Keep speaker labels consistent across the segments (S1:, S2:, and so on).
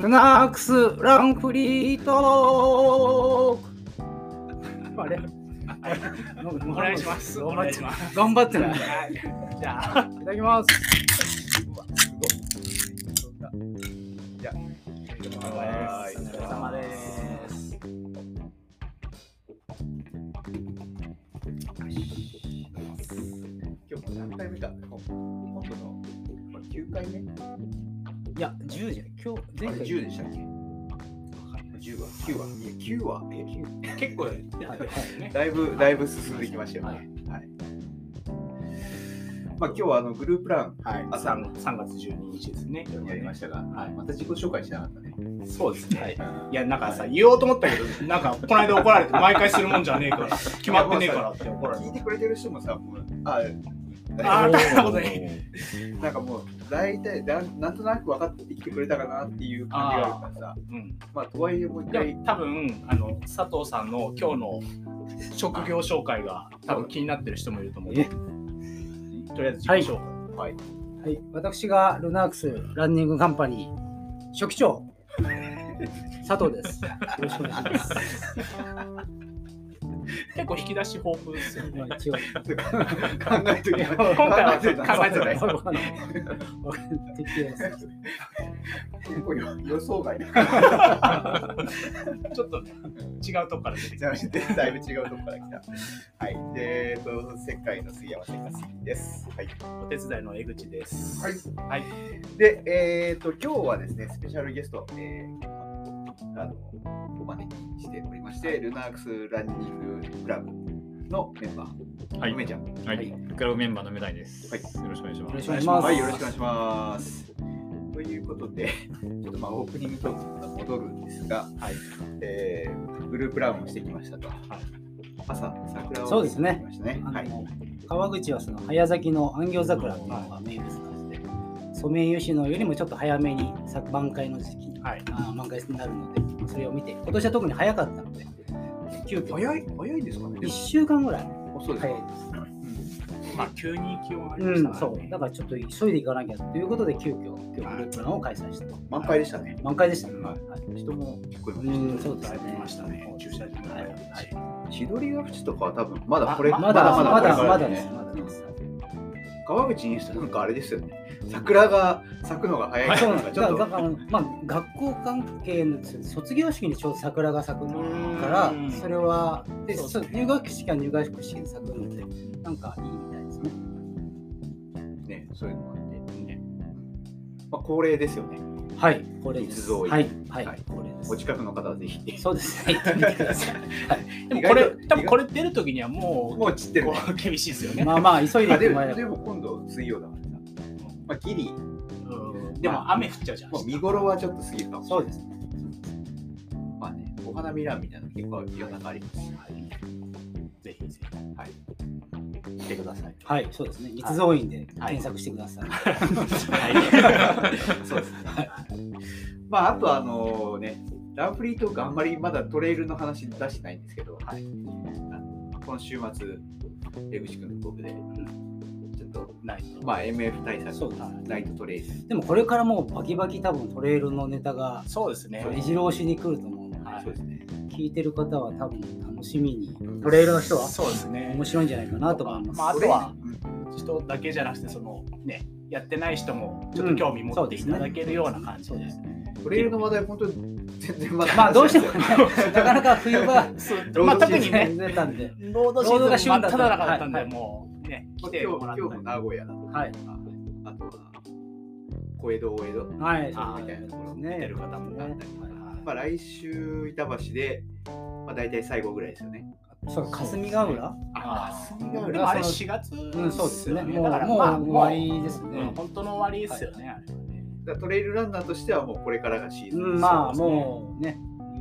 S1: ルナークスランフリートーク。あれ
S2: お願いします。
S1: 頑張ってる。
S2: じゃあ、
S1: いただきます。
S3: うわ、すごい。じゃあ、
S2: お疲れ様です。
S3: 今日も何回目か、今度の9回目？
S1: いや、10じゃん。今日、前回
S3: 10でしたっけ？10は9は9は
S2: 結構やってね。
S3: だいぶ進んできましたよね。はい。まあ今日はグループラン、
S2: はい、3月12日ですね。
S3: やりましたが、はい、また自己紹介しなかったね。
S2: そうですね。はい、いやなんかさ、言おうと思ったけど、なんかこの間怒られて毎回するもんじゃねえから決まってねえからって怒られて。
S3: 聞いてくれてる人もさ、もう
S2: 大したことない。
S3: なんかもう大体なんとなく分かってきてくれたかなっていう感じがあるからさ、まあとはいえもう一回
S2: 多分佐藤さんの今日の職業紹介が多分気になってる人もいると思う。とりあえず自己紹介。
S1: はい。私がルナークスランニングカンパニー初期長佐藤です。よろしくお願いします。
S2: 結構引き出し豊富ですよね。
S1: 一応考
S3: えとき
S2: 今回は考えてない。
S3: 結構予想外な
S2: ちょっとね違うとこから出てきました。
S3: だいぶ違うとこから来た。はい。で、世界の杉山千佳です。はい。
S2: お手伝いの江口です。
S3: はい。
S2: はい。
S3: で、今日はですね、スペシャルゲスト、お招きしておりまして、ルナークスランニングクラブのメンバー、梅ちゃん。
S4: はい。クラブメンバーの梅谷です。
S3: はい。
S4: よろしくお願いします。
S1: よろしくお願いします。
S3: はい、よろしくお願いします。ということで、ちょっとオープニングトークに戻るんですが、はい。グループランをしてきましたと。はい。朝、桜をしてきましたね。はい。
S1: 川口はその早咲きの安行桜っていうのが名物なんで、ソメイヨシノよりもちょっと早めに満開の時期に、満開になるので、それを見て、今年は特に早かったので、急遽
S3: 早いですかね。
S1: 1週間ぐらい
S3: 遅いです。
S1: 早いです。
S2: まあ急に気温が上がりました。
S1: そうだからちょっと急いでいかなきゃということで急遽今日グループランを開催した。
S3: 満開でしたね。
S1: 満開でしたね。
S3: 人も結構いました。
S1: そうですね。
S2: ましたね。駐車場もはい。
S3: 千鳥ヶ淵とかは多分まだこれ
S1: まだです。
S3: 川口にしてなんかあれですよね。桜が咲くのが早いから
S1: ちょっとだから学校関係の卒業式にちょうど桜が咲くからそれはで入学式は入学式で咲くのでなんかいいみたいですね。
S3: ね、そういうのがあってね。まあ恒例ですよね。
S1: はい、恒例です。はい、
S3: 恒例です。お近くの方はぜひ。
S1: そうですね。行ってみてください。
S2: でも多分これ出る時にはもう
S3: 散ってる。
S2: 厳しいですよね。
S1: まあ急いで行ってもらえれば。
S3: でも今度水曜だからさ。まあギリ。
S2: でも雨降っちゃうじゃん。
S3: もう見頃はちょっと過ぎるかもしれない。
S1: そうですね。
S3: まあね、お花見ランみたいなの結構夜中あります。
S2: ぜひぜひ。はい。来てください。
S1: はい、そうですね。立蔵院で検索してください。
S3: はい。そうですね。まああとね、ランフリートークあんまりまだトレイルの話出してないんですけど、はい。今週末江口君の僕でちょっとまあ MF 対策ナイトトレイル。
S1: でもこれからもうバキバキ多分トレイルのネタが
S2: そうですね。
S1: 目白押しに来ると思うので、
S3: そうですね。
S1: 聞いてる方は多分楽しみにトレイルの人は
S2: そうですね。
S1: 面白いんじゃないかなと思います。
S2: まああとは人だけじゃなくてそのねやってない人もちょっと興味持っていただけるような感じで。
S3: トレイルの話題本当に全然ま
S1: あどうしてもねなかなか冬場
S2: まあ特にね
S1: ロードシーズンが
S2: 真っただ中だったんでもうね
S3: 来てもらった。今日も名古屋だとか、あとは小江戸
S1: はい
S3: みたいなところ
S2: 見てる方もね。
S3: まあ来週板橋でまあ大体最後ぐらいですよね。
S1: そう霞ヶ浦。
S3: 霞ヶ浦。
S2: でもあれ4月。
S1: そうですね。もう終わりですね。
S2: 本当の終わりですよね。
S3: トレイルランナーとしてはもうこれからがシーズン。
S1: まあもうね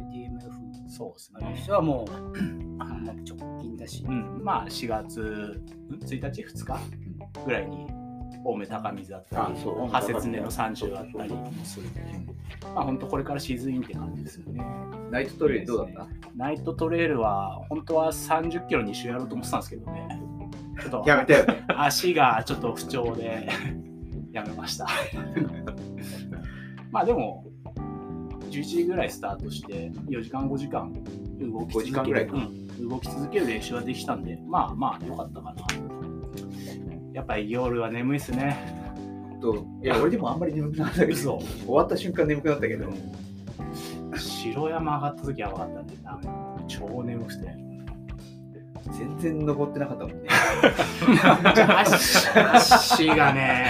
S1: UTMF
S2: そうですね。
S1: 人はもう直近だし、
S2: まあ4月1日2日ぐらいに青梅高水だったり派切根の30あったりもするんで、まあ本当これからシーズンインって感じですよね。
S3: ナイトトレイルどうだった？
S2: ナイトトレイルは本当は30キロ2周やろうと思ってたんですけどね。ちょっと
S3: やめてよね。
S2: 足がちょっと不調でやめました。まあでも 11時ぐらいスタートして4時間5時間動き続ける、動き続ける練習はできたんで、まあまあ良かったかな。やっぱり夜は眠いっすね。
S3: いや俺でもあんまり眠くなかったけど、終わった瞬間眠くなったけど、
S2: 城山上がった時やばかったね。超眠くて
S3: 全然登ってなかったもんね。
S2: 足がね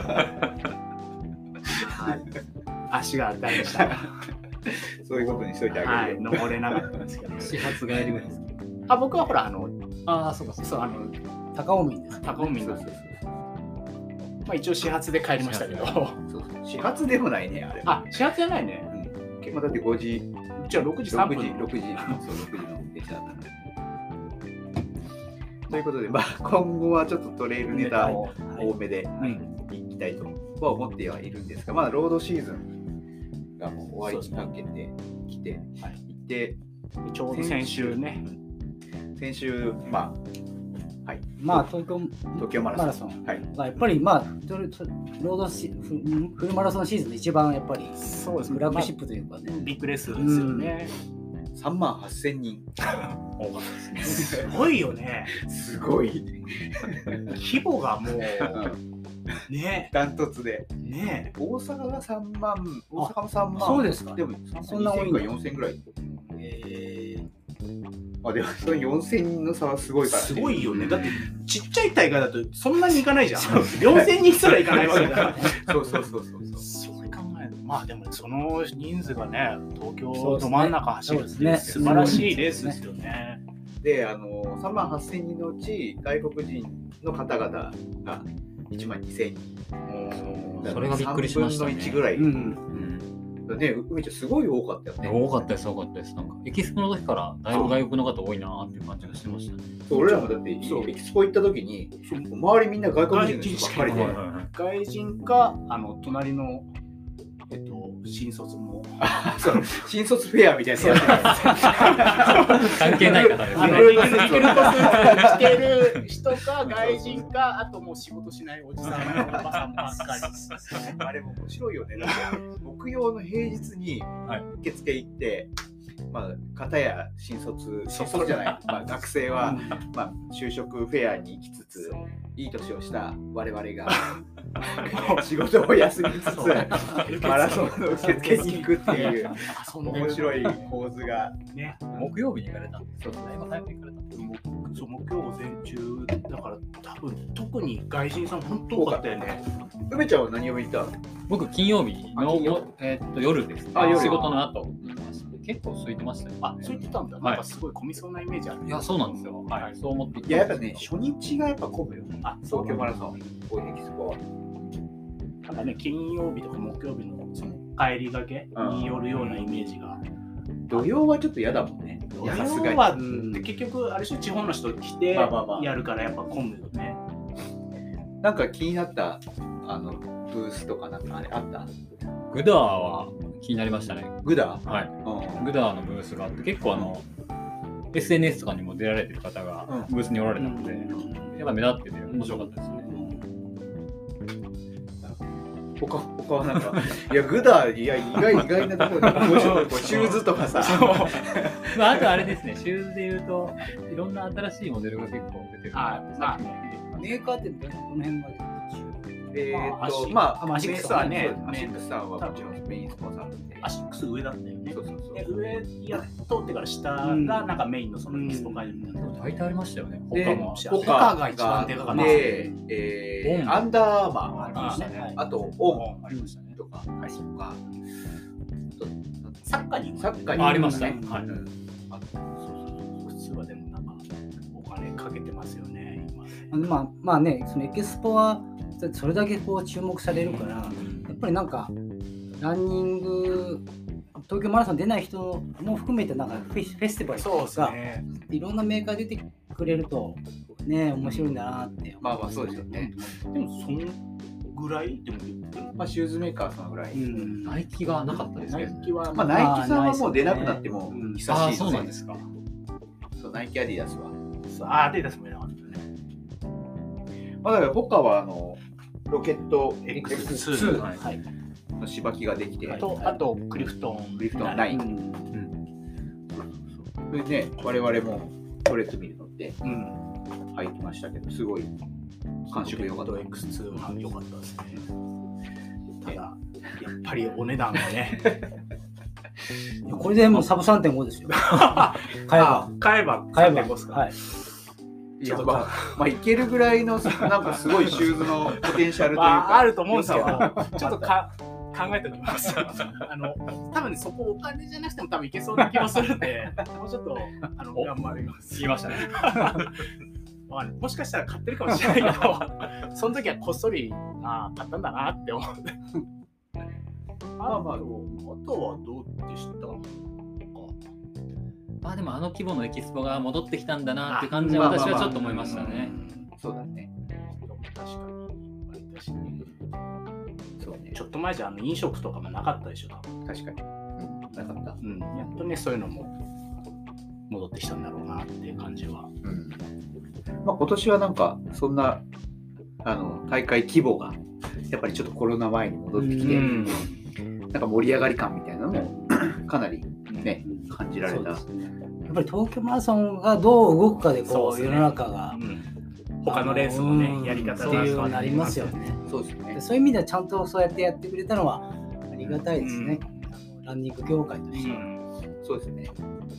S2: 足が大変でした。
S3: そういうことにしといてあげるよ。
S2: 登れなかったんですけど。
S1: 始発帰りぐらいですか。
S2: 僕はほら
S1: そうか
S2: そう
S1: 高尾民です。
S2: 高尾民なんで。まあ一応始発で帰りましたけど。
S3: 始発でもないねあれ。
S2: 始発じゃないね。
S3: まあだって5時。
S2: じゃあ6時3分。
S3: 6時の電車だったんだ。ということで、まあ今後はちょっとトレイルネタ多めでいきたいとは思ってはいるんですが、まあロードシーズンがもう終わりにかけてきて、行って
S2: ちょうど先週ね。
S3: 先週ま
S1: あ東京マラソンがやっぱりロードフルマラソンシーズンで一番やっぱりフラッグシップというかね、
S2: ビッグレースですよね。
S3: 38,000人。
S2: すごいよね。
S3: すごい。
S2: 規模がもうね、
S3: ダントツで。
S2: ね、
S3: 大阪が3万、大阪も3万。
S1: そうですか。
S3: でもそんな多いんか4,000ぐらい。でもその4,000人の差はすごいから、ね。
S2: すごいよね。だってちっちゃい大会だとそんなにいかないじゃん。4,000人すらいかないわけだから。
S3: そう。
S2: そう考えると、まあでもその人数がね、東京ど真ん中走るって素晴らしいレースですよね。
S3: で、38,000人のうち外国人の方々が12,000人。
S4: それがびっくりしましたね。
S3: 3分の1ぐらい。梅ちゃんすごい多かったよね。
S4: 多かったです。なんかエキスポの時からだいぶ外国の方多いなっていう感じがしてましたね。
S3: 俺らもだってエキスポ行った時に周りみんな外国人の人ばっかりで、
S2: 外人か隣の新卒も
S3: 新卒フェアみたいなやつ
S4: 関係ない方ですね。
S2: リクルートスーツ着てる人か外人か、あともう仕事しないおじさんのおばさんばっかり。
S3: あれも面白いよね。木曜の平日に受付行って、片や新卒じゃない、学生は、就職フェアに行きつつ、いい年をした我々が仕事を休みつつマラソンの受付に行くっていう面白い構図が
S2: ね。
S4: 木曜日に行かれたんですよ。だいぶ早く行かれたんですよ。
S2: 木曜午前中だから多分特に外人さん本当多かったよね。
S3: 梅ちゃんは何曜日行った？
S4: 僕金曜日の夜ですね。仕事の後行きました。結構空いてましたね。
S2: そう言ってたんだ。なんかすごい混みそうなイメージある。
S4: いや、そうなんですよ。そう思って。
S3: いや、やっぱね、初日がやっぱ混むよ。東京マラソン、エキスポは。
S2: なんかね、金曜日とか木曜日のその帰りがけによるようなイメージが。
S3: 土曜はちょっだもんね。
S2: 土曜は結局あれしょ、地方の人来てやるからやっぱ混むよね。
S3: なんか気になったブースとかなんかあれあった？
S4: グダーは気になりましたね。
S3: グダー？
S4: はい。グダーのブースがあって結構SNS とかにも出られてる方がブースにおられたので、やっぱ目立ってて面白かったですね。
S3: 他はなんかいやグダー意外なところでシューズとかさ
S4: あとあれですね、シューズでいうといろんな新しいモデルが結構出てる。
S1: メーカーってどの辺まで？
S3: アシックスはね、アシックスさんはもちろんメインスポンサーなんで、
S2: アシックス上だったよね。
S3: そう
S2: 上やっと通ってから下がなんかメインのそのエキスポ会場みたいな。
S4: 大体ありましたよね。
S2: 他が一番でかかった。
S3: で、アンダーマー
S2: ありましたね。
S3: あとオンありましたねとか、
S2: サッカー
S4: にありましたね。
S2: はい。普通はでもなんかお金かけてますよね。
S1: まあね、そのエキスポはそれだけこう注目されるから、やっぱりなんかランニング東京マラソン出ない人も含めてなんかフェスティバルとか、いろんなメーカー出てくれるとね面白いんだなって。
S3: まあそうですよね。
S2: でもそのぐらいでも言ってる。
S3: シューズメーカーそのぐらい。
S4: ナイキがなかったですね。
S3: ナイキさんはもう出なくなっても久しいですね。
S4: そうなんですか。
S3: ナイキアディダスは。
S2: アディダスもいなかったね。
S3: だから他はロケット X2、 のしばきができて、
S2: あとクリフトン
S3: 9。それでね、我々もトレッドミル乗って入ってましたけど、すごい感触良かった。
S2: X2 は良かったですね。ただ、やっぱりお値段がね。
S1: これでもうサブ 3.5 ですよ。買えば
S2: 3.5ですか。
S3: いや、まあいけるぐらいのなんかすごいシューズのポテンシャルというか、
S2: あると思うんですけど、ちょっと考えておきます。多分ね、そこお金じゃなくても多分いけそうな気もするんで、もうちょっと頑張ります。
S4: 言いましたね。
S2: もしかしたら買ってるかもしれないけど、その時はこっそり買ったんだなって思って。あとはどうでしたか？
S4: でも規模のエキスポが戻ってきたんだなって感じは私はちょっと思いましたね。
S3: そうだね。
S2: 確かに。そうね。ちょっと前じゃ飲食とかもなかったでしょ。
S3: 確かに。なかった。
S2: やっとね、そういうのも戻ってきたんだろうなっていう感じは。
S3: 今年はなんかそんな大会規模がやっぱりちょっとコロナ前に戻ってきて、なんか盛り上がり感みたいなのもかなりね感じられた。
S1: やっぱり東京マラソンがどう動くかでこう世の中が
S2: 他のレースもねやり方
S1: っていうようになりますよね。
S3: そうですね。
S1: そういう意味ではちゃんとそうやってやってくれたのはありがたいですね。ランニング業界としては。
S3: そうですね。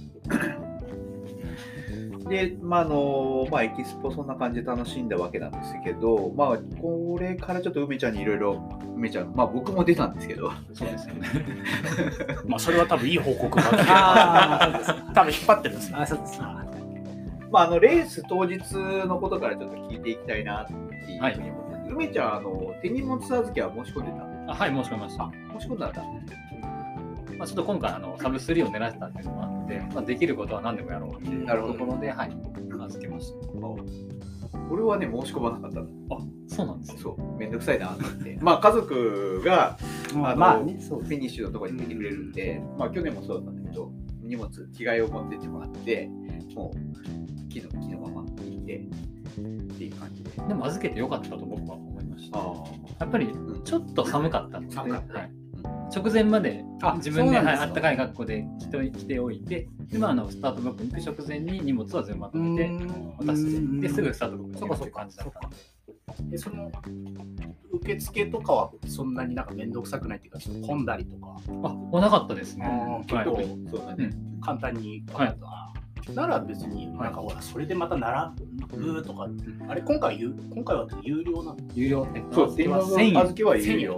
S3: で、エキスポそんな感じで楽しんだわけなんですけど、これからちょっと梅ちゃんにいろいろ、梅ちゃん、僕も出たんですけど、
S4: そうですよね。
S2: それは多分いい報告が多分引っ張ってるんですよ。
S1: そうです。
S3: レース当日のことからちょっと聞いていきたいなっていうふうに思って、梅ちゃん、手荷物預けは申し込んでた？
S4: はい、申し込みました。
S3: 申し込んだんだ。
S4: ちょっと今回サブ3を狙ってたっていうのもあって、できることは何でもやろうっていうところで、預けました。
S3: 俺はね、申し込まなかったの。
S4: そうなんですよ。
S3: そう、めんどくさいなと思って。家族がフィニッシュのところに出てくれるんで、去年もそうだったんだけど、荷物、着替えを持ってってもらって、もう木のまま行ってっていう感じで。
S4: でも預けてよかったと僕は思いました。やっぱりちょっと寒かったので、直前まで自分であったかい格好で着ておいて、スタートブロックに行く直前に荷物は全部まとめて渡して、すぐスタートブロックに行くっていう感じだったんで。
S2: その受付とかはそんなに面倒くさくないっていうか、ちょっと混んだりとか
S4: なかったですね。
S2: 結構そうだね、簡単になら別にほらそれでまた並ぶとか、あれ今回は有料なの？
S4: 有料って。
S3: そう、手荷物預けは有料。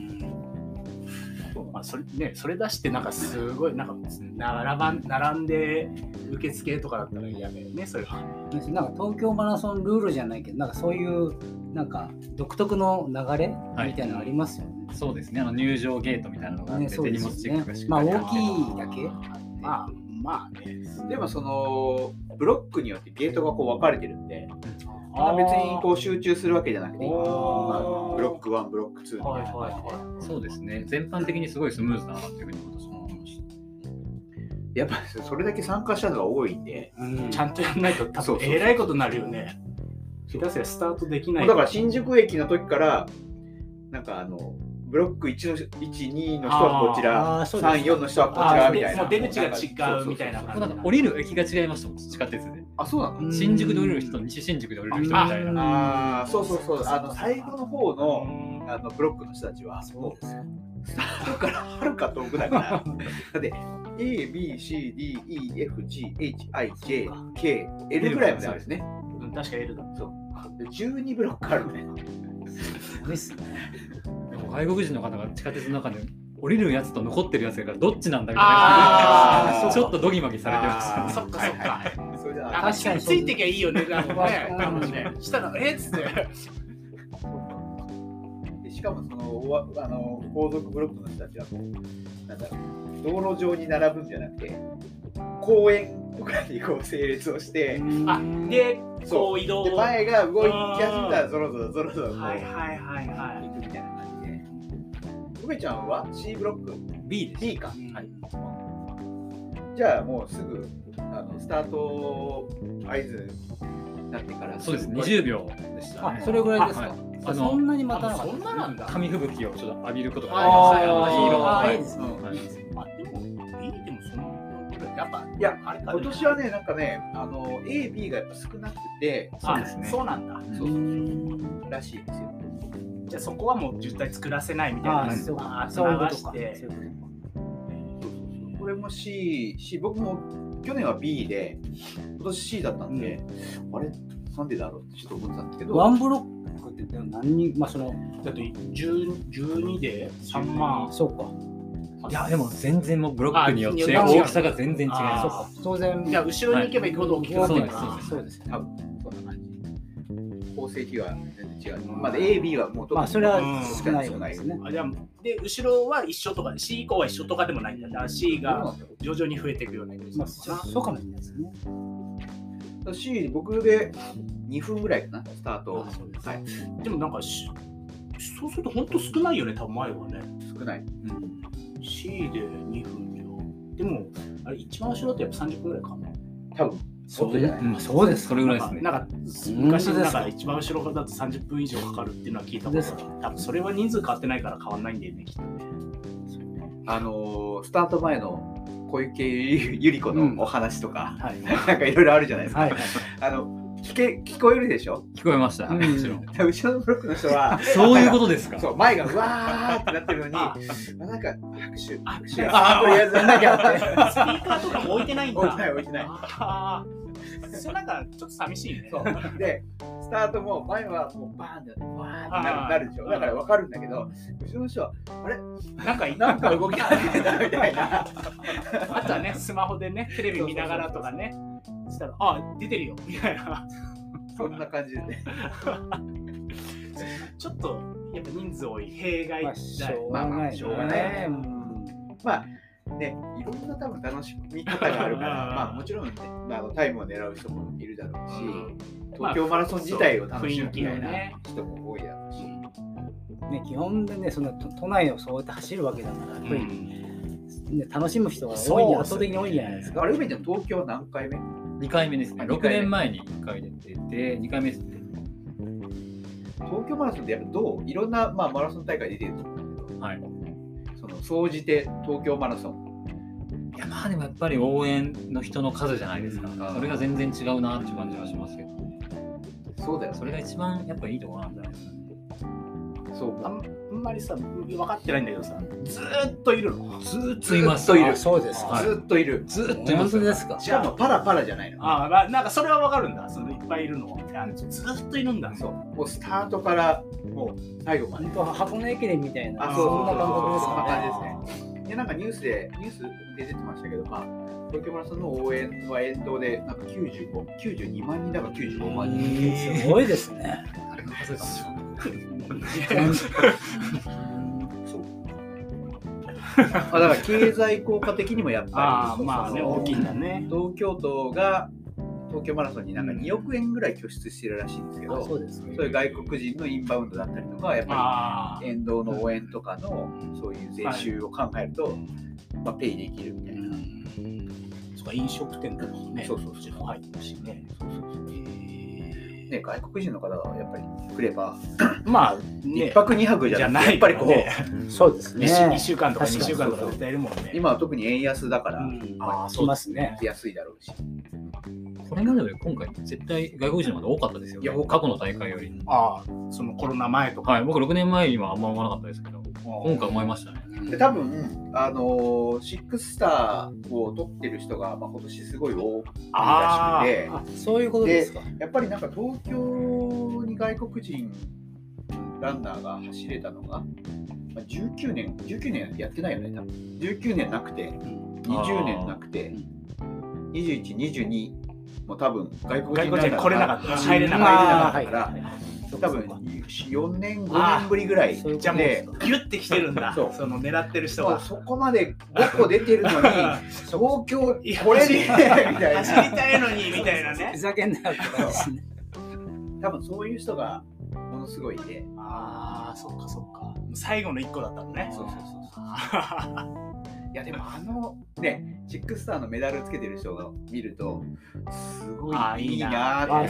S2: それ出してすごい並んで受付とかだったらやめるね、それは。
S1: 東京マラソンルールじゃないけど、そういう独特の流れみたいなのありますよね。
S4: そうですね。入場ゲートみたいなのがあって、手荷物チェックがしっかり。
S1: 大きいだけ。
S3: でもそのブロックによってゲートが分かれてるんで、別に集中するわけじゃなくて、ブロック1、ブロック2みたいな。
S4: そうですね。全般的にすごいスムーズだなっていうふうに私も思いました。
S3: やっぱそれだけ参加者が多いんで、
S2: ちゃんとやらないと多分えらいことになるよね。下手すりゃスタートできない。
S3: だから新宿駅の時からブロック1の1、2の人はこちら、3、4の人はこちらみたいな。
S2: 出口が違うみたいな感じ。
S4: 降りる駅が違いましたもん、地下鉄で。
S3: そうなの？
S4: 新宿で降りる人と西新宿で降りる人みたいな。
S3: そう。最後の方のブロックの人たちは、スタートからはるか遠くだから。だって、A, B, C, D, E, F, G, H, I, J, K, L ぐらいまであるんですね。
S2: 確か L だ。
S3: そう。12ブロックあるね。
S1: すごいっすね。
S4: 外国人の方が地下鉄の中で降りるやつと残ってるやつがどっちなんだみたいな、ちょっとドギマギされてました。
S2: そっか。
S1: 確かに
S2: ついてきゃいいよね。したらっつって。
S3: しかもその後続ブロックの人たちは道路上に並ぶんじゃなくて公園とかに整列をして、
S2: でこう移動
S3: で前が動き始めたらゾロゾロ行くみたいな感じで。梅ちゃんは C ブロック
S4: B です。
S3: B か。じゃあもうすぐスタート合図なってから。
S4: そうです、20秒でしたね。
S1: それぐらいですか。そんなに待たなかった。
S2: そんななんだ。
S4: 紙吹雪をちょっと浴びることがありました。
S1: いいですね。
S2: でもそんなやっぱ
S3: いや今年はねなんかねA、B がやっぱ少なくて、
S2: そうですね。そうなんだ。
S3: そうらしいですよ。
S2: じゃあそこはもう渋滞作らせないみたいな感じで
S1: そういうことか。
S3: これも C、僕も去年は B で今年 C だったんで、あれなんでだろうってちょっと思ってたんですけど、
S1: ワンブロックって何人、まあその
S2: だって12で3万。
S1: そうか。
S4: いやでも全然もうブロックによって大きさが全然違います。
S1: そうか。当然。
S2: いや後ろに行けば行くほど大きくなってるから。
S1: そうです。
S3: 多分そんな感じ。構成比は全然違う。まだ A、B はもう
S1: まあそれは少ないですね。
S2: じゃあで後ろは一緒とか C 以降は一緒とかでもないんだ。だから C が徐々に増えていくようなイメージ。
S1: まあそうかもしれないですね。
S3: C 僕で2分ぐらいかなスタート。
S2: はい。でもなんかそうすると本当少ないよね多分前はね。
S3: 少ない。
S2: C で2分でもあれ一番後ろってやっぱ30分ぐらいかな。
S3: 多分。
S1: そうじゃない。そうです。
S4: それぐらいですね。
S2: なんか昔なんか一番後ろだと30分以上かかるっていうのは聞いたことがある。多分それは人数変わってないから変わんないんだよねきっとね。
S3: スタート前の小池百合子のお話とか、なんかいろいろあるじゃないですか。聞こえるでしょ？
S4: 聞こえました。もちろん。
S3: 後ろのブロックの人は
S4: そういうことですか。
S3: そう前がうわーってなってるのに、なんか拍手これやんなきゃって。
S2: スピーカーとかも置いてないんだ。
S3: 置いてない。
S2: それなんかちょっと寂しいね。
S3: そうでスタートも前はもうバーンってなるでしょ。だから分かるんだけど、後ろの人はあれなんか動き始めたみたいな。
S2: あとはねスマホでねテレビ見ながらとかね。したら出てるよみたいな
S3: そんな感じでね
S2: ちょっとやっぱ人数多い弊害だよ。
S3: しょうがないまあねいろんな多分楽しみ方があるからまあもちろんねタイムを狙う人もいるだろうし東京マラソン自体を楽しむみたいな人も多いだろうし
S1: ね基本でねその都内をそうやって走るわけだからやっぱりね楽しむ人が多い圧倒的に多いじゃないですか。
S3: あれ梅ちゃん東京何回目
S4: ？2回目ですね。6年前に1回出てて、2回目ですね。
S3: 東京マラソンってやっぱいろんな、マラソン大会出てると思うんだけど、
S4: はい、
S3: その総じて東京マラソン。
S4: いやでもやっぱり応援の人の数じゃないですか。それが全然違うなっていう感じはしますけど。
S3: そうだよ。
S4: それが一番やっぱいいところなんじゃないですかね。
S3: そう
S2: あんまりさ分かってないんだけどさずーっといるの。
S4: ずーっといます。
S1: そうです。
S3: ずっといる。
S4: ずーっといます。
S1: 本当ですか。
S3: しかもパラパラじゃないの。
S2: なんかそれは分かるんだ。そのいっぱいいるのずーっといるんだ。
S3: そう。もうスタートからもう最後まで。
S1: 本当箱根駅伝みたいな。
S3: そんな
S1: 感覚です
S3: かね。そんな感じですね。いやなんかニュースで出てましたけど、東京マラソンの応援は沿道でなんか92万人だから95万人。
S1: すごいですね。
S4: あれの数が。
S3: だから経済効果的にもやっぱり
S2: 大きいんだね。
S3: 東京都が東京マラソンになんか2億円ぐらい拠出してるらしいんですけど、そういう外国人のインバウンドだったりとかやっぱり沿道の応援とかのそういう税収を考えると、ペイできるみたいな。
S2: そうか飲食店とかもね、
S3: そう
S2: 入ってるしね。
S3: ね、外国人の方がやっぱり来れば
S2: 1
S3: 泊2泊じゃなくてやっぱりこう
S1: そうですね
S2: 1週間とか2週間とか絶対いるもんね。
S3: 今は特に円安だから
S1: 来ますね。
S3: 安いだろうし
S4: これまでより今回絶対外国人の方多かったですよね。過去の大会より。
S2: そのコロナ前とか。
S4: 僕6年前にはあんま思わなかったですけど今回思いましたね。
S3: で多分6スターを取ってる人が、今年すごい多いらしくて、
S1: そういうことですか。
S3: やっぱりなんか東京に外国人ランナーが走れたのが、19年やってないよね多分。19年なくて20年なくて21、22も多分外国人ランナーが
S2: 来れなかった入れな
S3: かったから多分4年5年ぶりぐらいで
S2: じゃあもうギュッてきてるんだ。その狙ってる人が
S3: そこまで5個出てるのに東京これでみたいな
S2: 走りたいのにみたいなね。
S1: ふざけんなよって感じですね。
S3: 多分そういう人がものすごいいて、
S2: そっか最後の1個だったのね。
S3: いやでもね、シックススターのメダルつけてる人が見るとすごいいいなーって。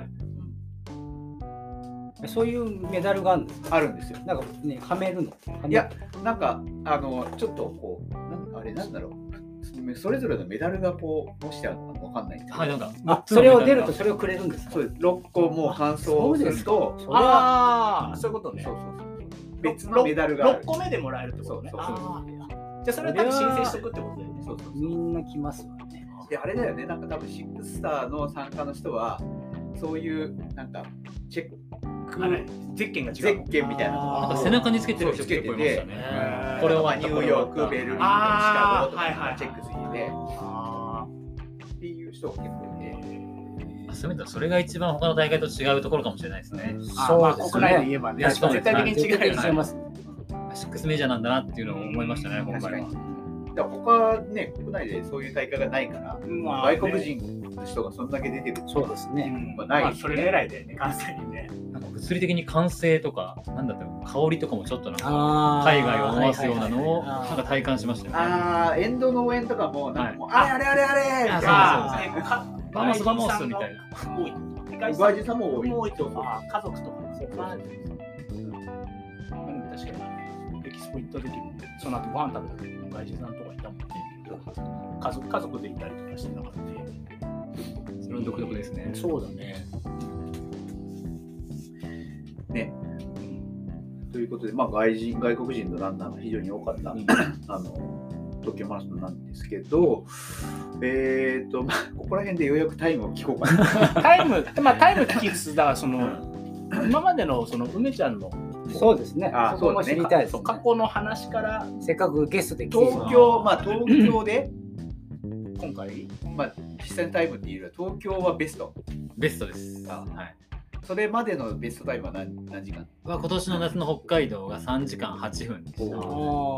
S1: そういうメダルがあるんですか？
S3: あるんですよ。
S1: なんかね、はめるの？
S3: いや、なんかちょっとこうあれなんだろう。それぞれのメダルがこう模してあるのかわかんないんですけど、
S4: はい、なんか
S1: それを出るとそれをくれるんですか？
S3: そうです。6個もう完走すると、
S2: そういうことね。
S3: そう別のメダルがある。
S2: 6個目でもらえるってことね。
S3: そう
S2: じゃあそれは多分申請しとくってことだよね。
S3: そう
S1: みんな来ますわね。
S3: で、あれだよね、なんか多分シックススターの参加の人はそういうなんかチェック
S2: ゼッケンが違う。
S3: ゼッケンみたいなの
S4: なんか背中につけてる人結構いましたね。
S3: これはニューヨーク、ベルリン、シカゴとかチェックついててっていう人が結構いて、
S4: そういう意味ではそれが一番他の大会と違うところかもしれないですね。
S1: そうですね。
S2: 国内で言えばね、絶対的に違います。
S4: シックスメジャーなんだなっていうのを思いましたね、今回は。
S3: だから他ね、国内でそういう大会がないから、外国人の人がそんだけ出てる。
S1: そうですね。
S3: ない。
S2: それ狙いでね、完成にね。
S4: なんか物理的に完成とか、なんだったら香りとかもちょっとなんか海外を思わすようなのをなんか体感しましたよね。
S3: エンドの応援とかもなんかもうあれみたいな。
S4: バモスバモスみたいな。
S3: 外人さんも多い。
S2: 家族とかもそうか。確かにエキスポ行った時もその後ご飯食べた時も外人さんとかいたもんね。家族でいたりとかしてなかった。
S4: それは独特ですね。
S2: そうだね。
S3: ね。ということで、まあ外国人のランナーが非常に多かった東京マラソンなんですけど、まあここら辺でようやくタイムを聞こうかな。
S2: タイム聞きつつだ、その今までのその梅ちゃんの
S1: そうですね。そこも知りたいですね。
S2: 過去の話から
S1: せっかくゲストで来て
S3: 東京で
S2: 今回
S3: まあ実際のタイムっていうよりは東京はベスト
S4: です。はい。
S3: それまでのベストタイムは何時間？
S4: 今年の夏の北海道が3時間8分でした。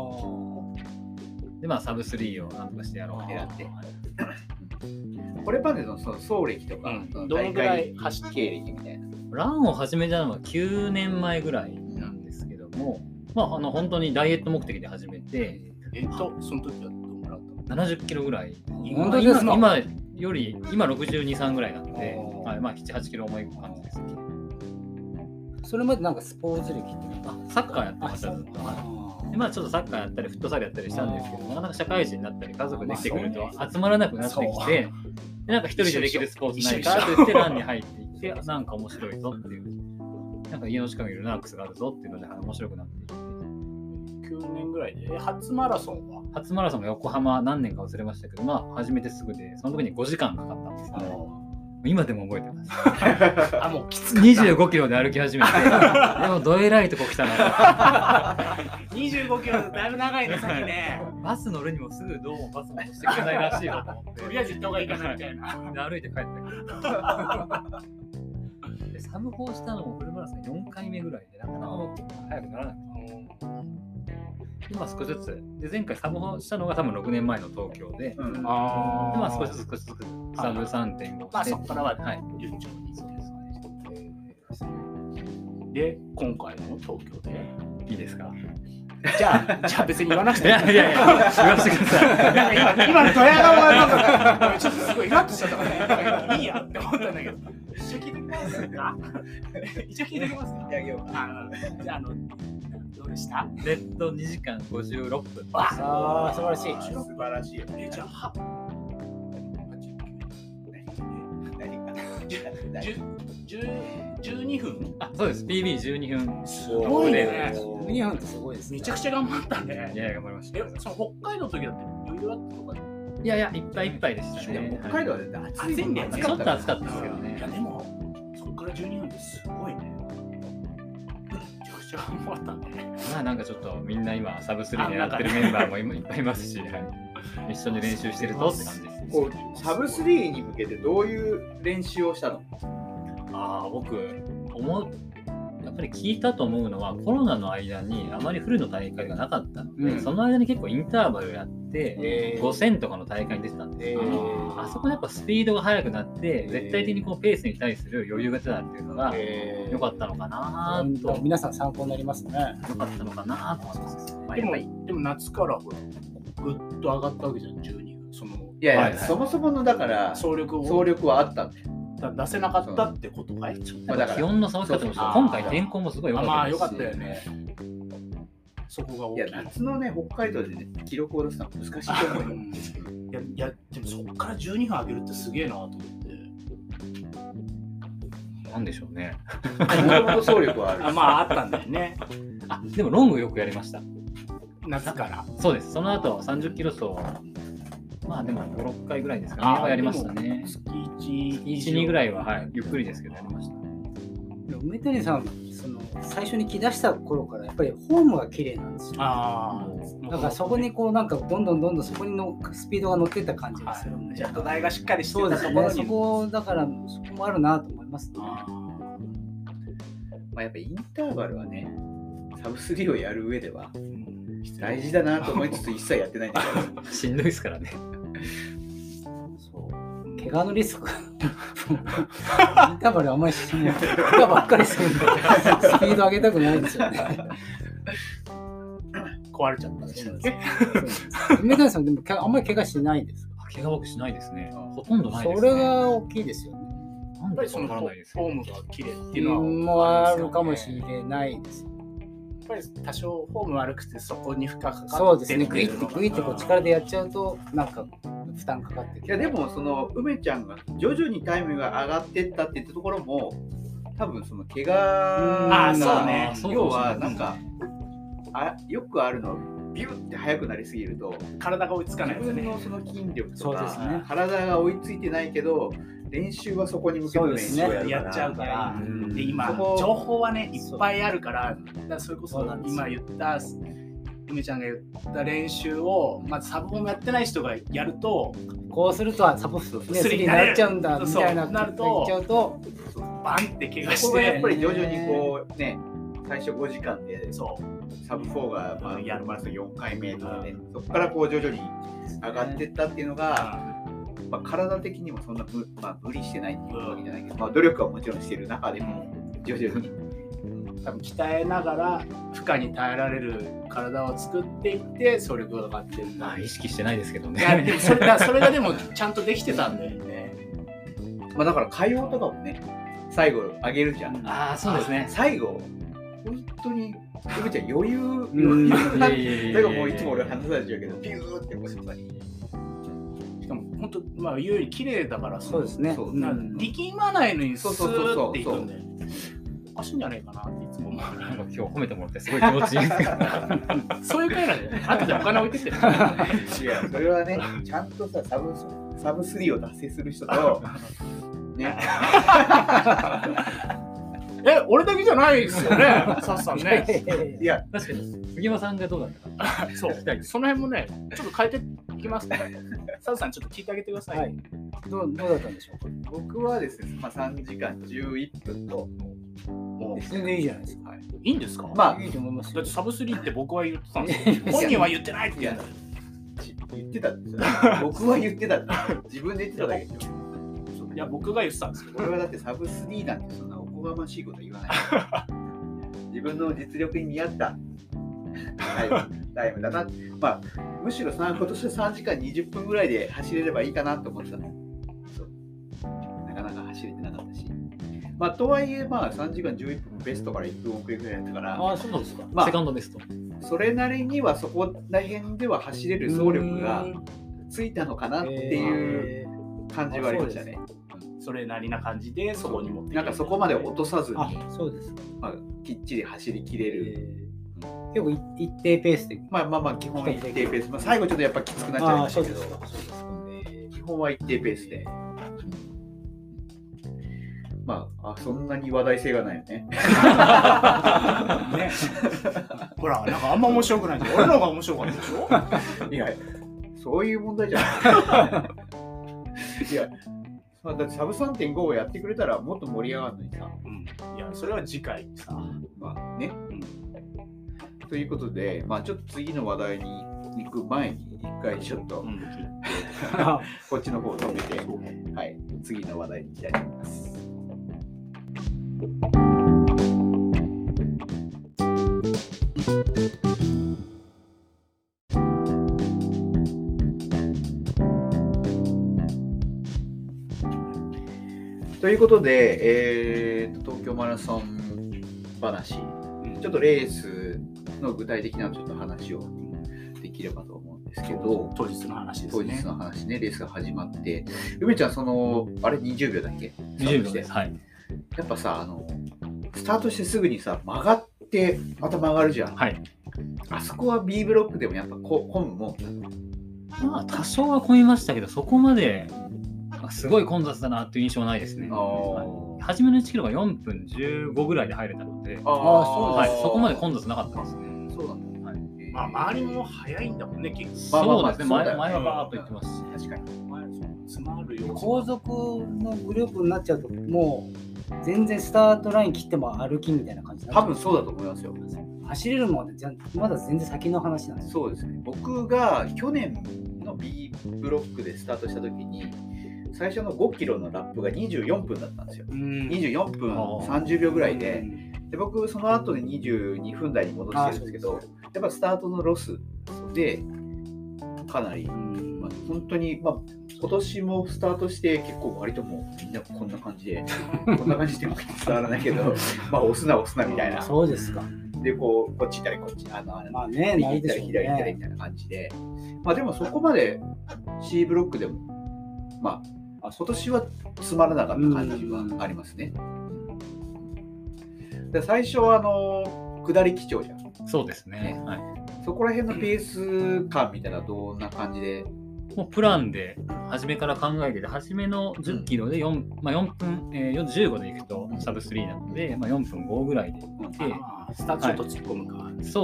S4: でまあサブ3をなんとかしてやろうってやって。
S3: これまでのその走歴とか、
S2: どのぐらい走
S3: 経歴みたいな。
S4: ランを始めたのは9年前ぐらいなんですけども、まあ本当にダイエット目的で始めて、
S2: その時はどうもらった
S4: 70キロぐらい。
S1: 本当ですか？
S4: 今62、3ぐらいなんで、まあ7、8キロ重い感じですね。
S1: それまでなんかスポーツ歴って
S4: サッカーやってました。でまあちょっとサッカーやったりフットサルやったりしたんですけど、なかなか社会人になったり家族できてくると集まらなくなってきて、でなんか一人でできるスポーツないかと言ってランに入っていって、なんか面白いぞっていう、なんか家の近くにルナックスがあるぞっていうので面白くなっていって。
S2: 9年ぐらいで初マラソンは
S4: が横浜何年か忘れましたけど、まあ始めてすぐで、その時に5時間かかったんですけど、今でも覚えてます。
S2: もうきつかった。
S4: 25キロで歩き始めて、でもどえらいとこ来たな。
S2: 25キロでだいぶ長いね、先ね。
S4: バス乗るにもすぐどうもバスもしてくれないらしいよと思って。
S2: とりあえず行った方がいいかなみたいな。
S4: 歩いて帰ったけど。サブ4したのもフルマラソン4回目ぐらいで、なかなか早くならなくて。今少しずつで、前回サブ4したのが多分6年前の東京で、まあ少しずつサブ 3.5
S2: まあそこからは順調に。で今回の東京で
S4: いいですか？
S2: じゃあ別に言わなくて
S4: いや言わせてください。
S2: 今のドヤ顔がちょっとすごいイラッとしちゃったからね。いいやって思ったんだけど、一応聞いてきますか？一応聞いてきますか？じゃあどうでした？
S4: レッド2時間56分。
S1: 素晴らしい。
S3: 素晴らしい。
S2: じゃあ12分？
S4: そうです。PB12 分。
S2: すごいね。
S1: 12分ってすごいですね。
S2: めちゃくちゃ頑張ったね。
S4: いや頑張りました。
S2: その北海道の時だって余裕あったとか？
S4: いやいっぱいでしたね。
S3: 北海道は暑いんだよね。
S4: ちょっと暑かったですけどね。
S2: いやでもそこから12分ってすごいね。めちゃくちゃ頑張ったね。
S4: まあなんかちょっとみんな今サブ3狙ってるメンバーもいっぱいいますし、一緒に練習してるとって感じです。
S3: サブ3に向けてどういう練習をしたの？
S4: 僕やっぱり聞いたと思うのは、コロナの間にあまりフルの大会がなかったので、その間に結構インターバルやって、5000とかの大会に出てたんですけど、あそこでやっぱスピードが速くなって、絶対的にペースに対する余裕が出たっていうのが良かったのかなと。
S1: 皆さん参考になりますね。
S4: 良かったのかなと思います。
S2: でも夏からほらぐっと上がったわけじゃん、12分。
S3: いや、そもそものだから
S2: 総力
S3: はあったんだよ。
S2: 出せなかったってことかい。
S4: だから気温の差大きかったんですけど、今回天候もすごい良かったです。
S2: まあ良かったよね。そこが大きい。
S3: いや、夏のね、北海道でね、記録を出すのは難しいと思うんですけど。
S2: いや、でもそこから12分上げるってすげえなと思って。
S4: なんでしょうね。
S3: もともと走力はある。
S2: まああったんだよね。
S4: でもロングよくやりました。
S2: 夏から。
S4: そうです。その後30キロ走。まあでも5、6回ぐらいですかね。やりましたね。
S2: 月
S4: 1、2ぐらいは、はい、ゆっくりですけどやりました。
S1: 梅谷さん、最初に来だした頃からやっぱりフォームが綺麗なんですよ。だからそこにこうなんかどんどんそこにのスピードが乗ってった感じがするんで。
S2: じゃあ土台がしっかりして
S1: た
S2: ところに。
S1: そこだからそこもあるなと思いますね。
S3: まあやっぱインターバルはね、サブ3をやる上では大事だなと思いつつ一切やってないんだけど。
S4: しんどいですからね。
S1: 怪我のリスクインターバルあんまりしない。怪我ばっかりするんで、スピード上げたくないですよね。
S2: 壊れちゃったんですよね。
S1: 梅谷さんでもあんまり怪我しないですか？
S4: 怪我僕しないですね。ほとんどないですね。
S1: それが大きいですよね。
S4: なんでそうならないですか？
S2: フォームが綺麗っていうのは
S1: もあるかもしれないです。
S2: やっぱり多少フォーム悪くてそこに負荷かかってる。
S1: そうですね。グイッてこう力でやっちゃうとなんか負担かかってくる。
S3: いやでもその梅ちゃんが徐々にタイムが上がってったっていったところも多分その怪我が
S2: そうね。
S3: 要はなんかよくあるのビューって速くなりすぎると
S2: 体が追いつかないですね。
S3: 自分のその筋力とか、
S1: ね、
S3: 体が追いついてないけど練習はそこに向けて練習を
S2: やっちゃうから。で今情報はねいっぱいあるから、それこそ今言った梅ちゃんが言った練習をまずサブフォームやってない人がやると、
S1: こうするとサブ3になっちゃうんだみたいな
S2: なるとバンって怪我して、
S3: ここがやっぱり徐々にこうね最初5時間でサブ4がまあやるマラソン4回目とかね、そこからこう徐々に上がっていったっていうのが。まあ、体的にもそんな無理してないっていうわけじゃないけど、まあ、努力はもちろんしている中でも徐々に
S2: 多分鍛えながら負荷に耐えられる体を作っていって走力が上がってるんだ。
S4: 意識してないですけどね。
S2: いやでもそれがでもちゃんとできてたんだよね。
S3: まあだから会話とかもね最後上げるじゃん。
S4: そうですね。
S3: 最後本当に梅ちゃん余裕だからもういつも俺話されちゃうけどピューってこうやっぱり。
S2: 本当まあ言うより綺麗だから
S1: そうですね。
S2: 力まないのにスーっていくんで、おかしいんじゃないかなっていつも思う。
S4: なんか今日褒めてもらってすごい気持ちいいですけど。
S2: そういう回なんで、後でお金置いてってる。
S3: いやそれはねちゃんとさサブ3を達成する人とね。
S2: 俺だけじゃないですよね、サッさんね。
S3: いや
S4: 確かに杉山さんがどうだったか。
S2: そうその辺もねちょっと変えていきますね。サッさんちょっと聞いてあげてください。
S1: はい、どうだったんでしょうか。
S3: 僕はですね、まあ、3時間11分と
S1: 全然いいじゃないですか。
S2: いいんですか？
S1: まあいいと思います。
S2: だってサブ3って僕は言ってたんですよ。本人は言ってないって言
S3: ってたんですよ。僕は言ってた。自分で言ってただけですよ。
S2: いや僕が言ってたんですけど。
S3: 俺はだってサブ3なんてそんなおこがましいこと言わない。自分の実力に見合ったタイムだな。まあむしろ今年は3時間20分ぐらいで走れればいいかなと思ってたの。なかなか走れてなかったし。まあとはいえまあ3時間11分ベストから1分遅れぐらいだったから。
S1: そうですか。
S4: セカンドベスト。
S3: それなりにはそこら辺では走れる走力がついたのかなっていう感じはありましたね。
S2: それなりな感じでそこに持って
S3: なんかそこまで落とさずに
S1: そうです、
S3: まあ、きっちり走りきれる、
S1: 結構一定ペースで
S3: まあ基本一定ペース、まあ、最後ちょっとやっぱきつくなっちゃいましたけど基本は一定ペースで、まあそんなに話題性がないよね。
S2: ねほらなんかあんま面白くないんで俺の方が面白かったでしょ。
S3: いやそういう問題じゃない。いやだってサブ 3.5 をやってくれたらもっと盛り上がるのにさ、
S2: いやそれは次回さ
S3: まあね、ということでまあちょっと次の話題に行く前に一回ちょっと、こっちの方を止めて、はい、次の話題に行きたいと思います。 ということで、東京マラソン話、ちょっとレースの具体的なちょっと話をできればと思うんですけど、
S2: 当日の話ですね。
S3: 当日の話ね、レースが始まって、梅ちゃん、あれ20秒だっけ
S4: ？20秒です。はい。
S3: やっぱさ、スタートしてすぐにさ、曲がって、また曲がるじゃん。
S4: はい。
S3: あそこは B ブロックでもやっぱ混むもん。
S4: まあ、多少は混みましたけど、そこまですごい混雑だなっていう印象はないですね。初めの1キロが4分15ぐらいで入れたので、そこまで混雑なかったですね。
S3: そうなんだ。
S2: まあ、周りも早いんだもんね、結
S4: 構。そうですね、前はバーっと行ってますし。
S3: 確かに。
S1: 後続のグループになっちゃうと、もう全然スタートライン切っても歩きみたいな感じ
S3: 多分そうだと思いますよ。
S1: 走れるもんでまだ全然先の話なんですよ。
S3: そうですね。僕が去年の B ブロックでスタートした時に、最初の5キロのラップが24分だったんですよ。24分30秒ぐらいで、僕その後で22分台に戻してるんですけど、やっぱスタートのロスでかなり、本当に、今年もスタートして結構割ともうみんなこんな感じで伝わらないけど押すなみたいな。
S1: そうですか。
S3: でこっち行ったりこっち右行ったり左行ったりみたいな感じで、でもそこまで C ブロックでも今年はつまらなかった感じはありますね。で最初は下り基調じゃん。
S4: そうですね。はい。
S3: そこら辺のペース感みたいなのはどんな感じで？
S4: もうプランで初めから考えてて、初めの10キロで4分、15でいくとサブ3なので、4分5ぐらいでいって、
S2: スタートちょっと突っ込むか。
S4: そう、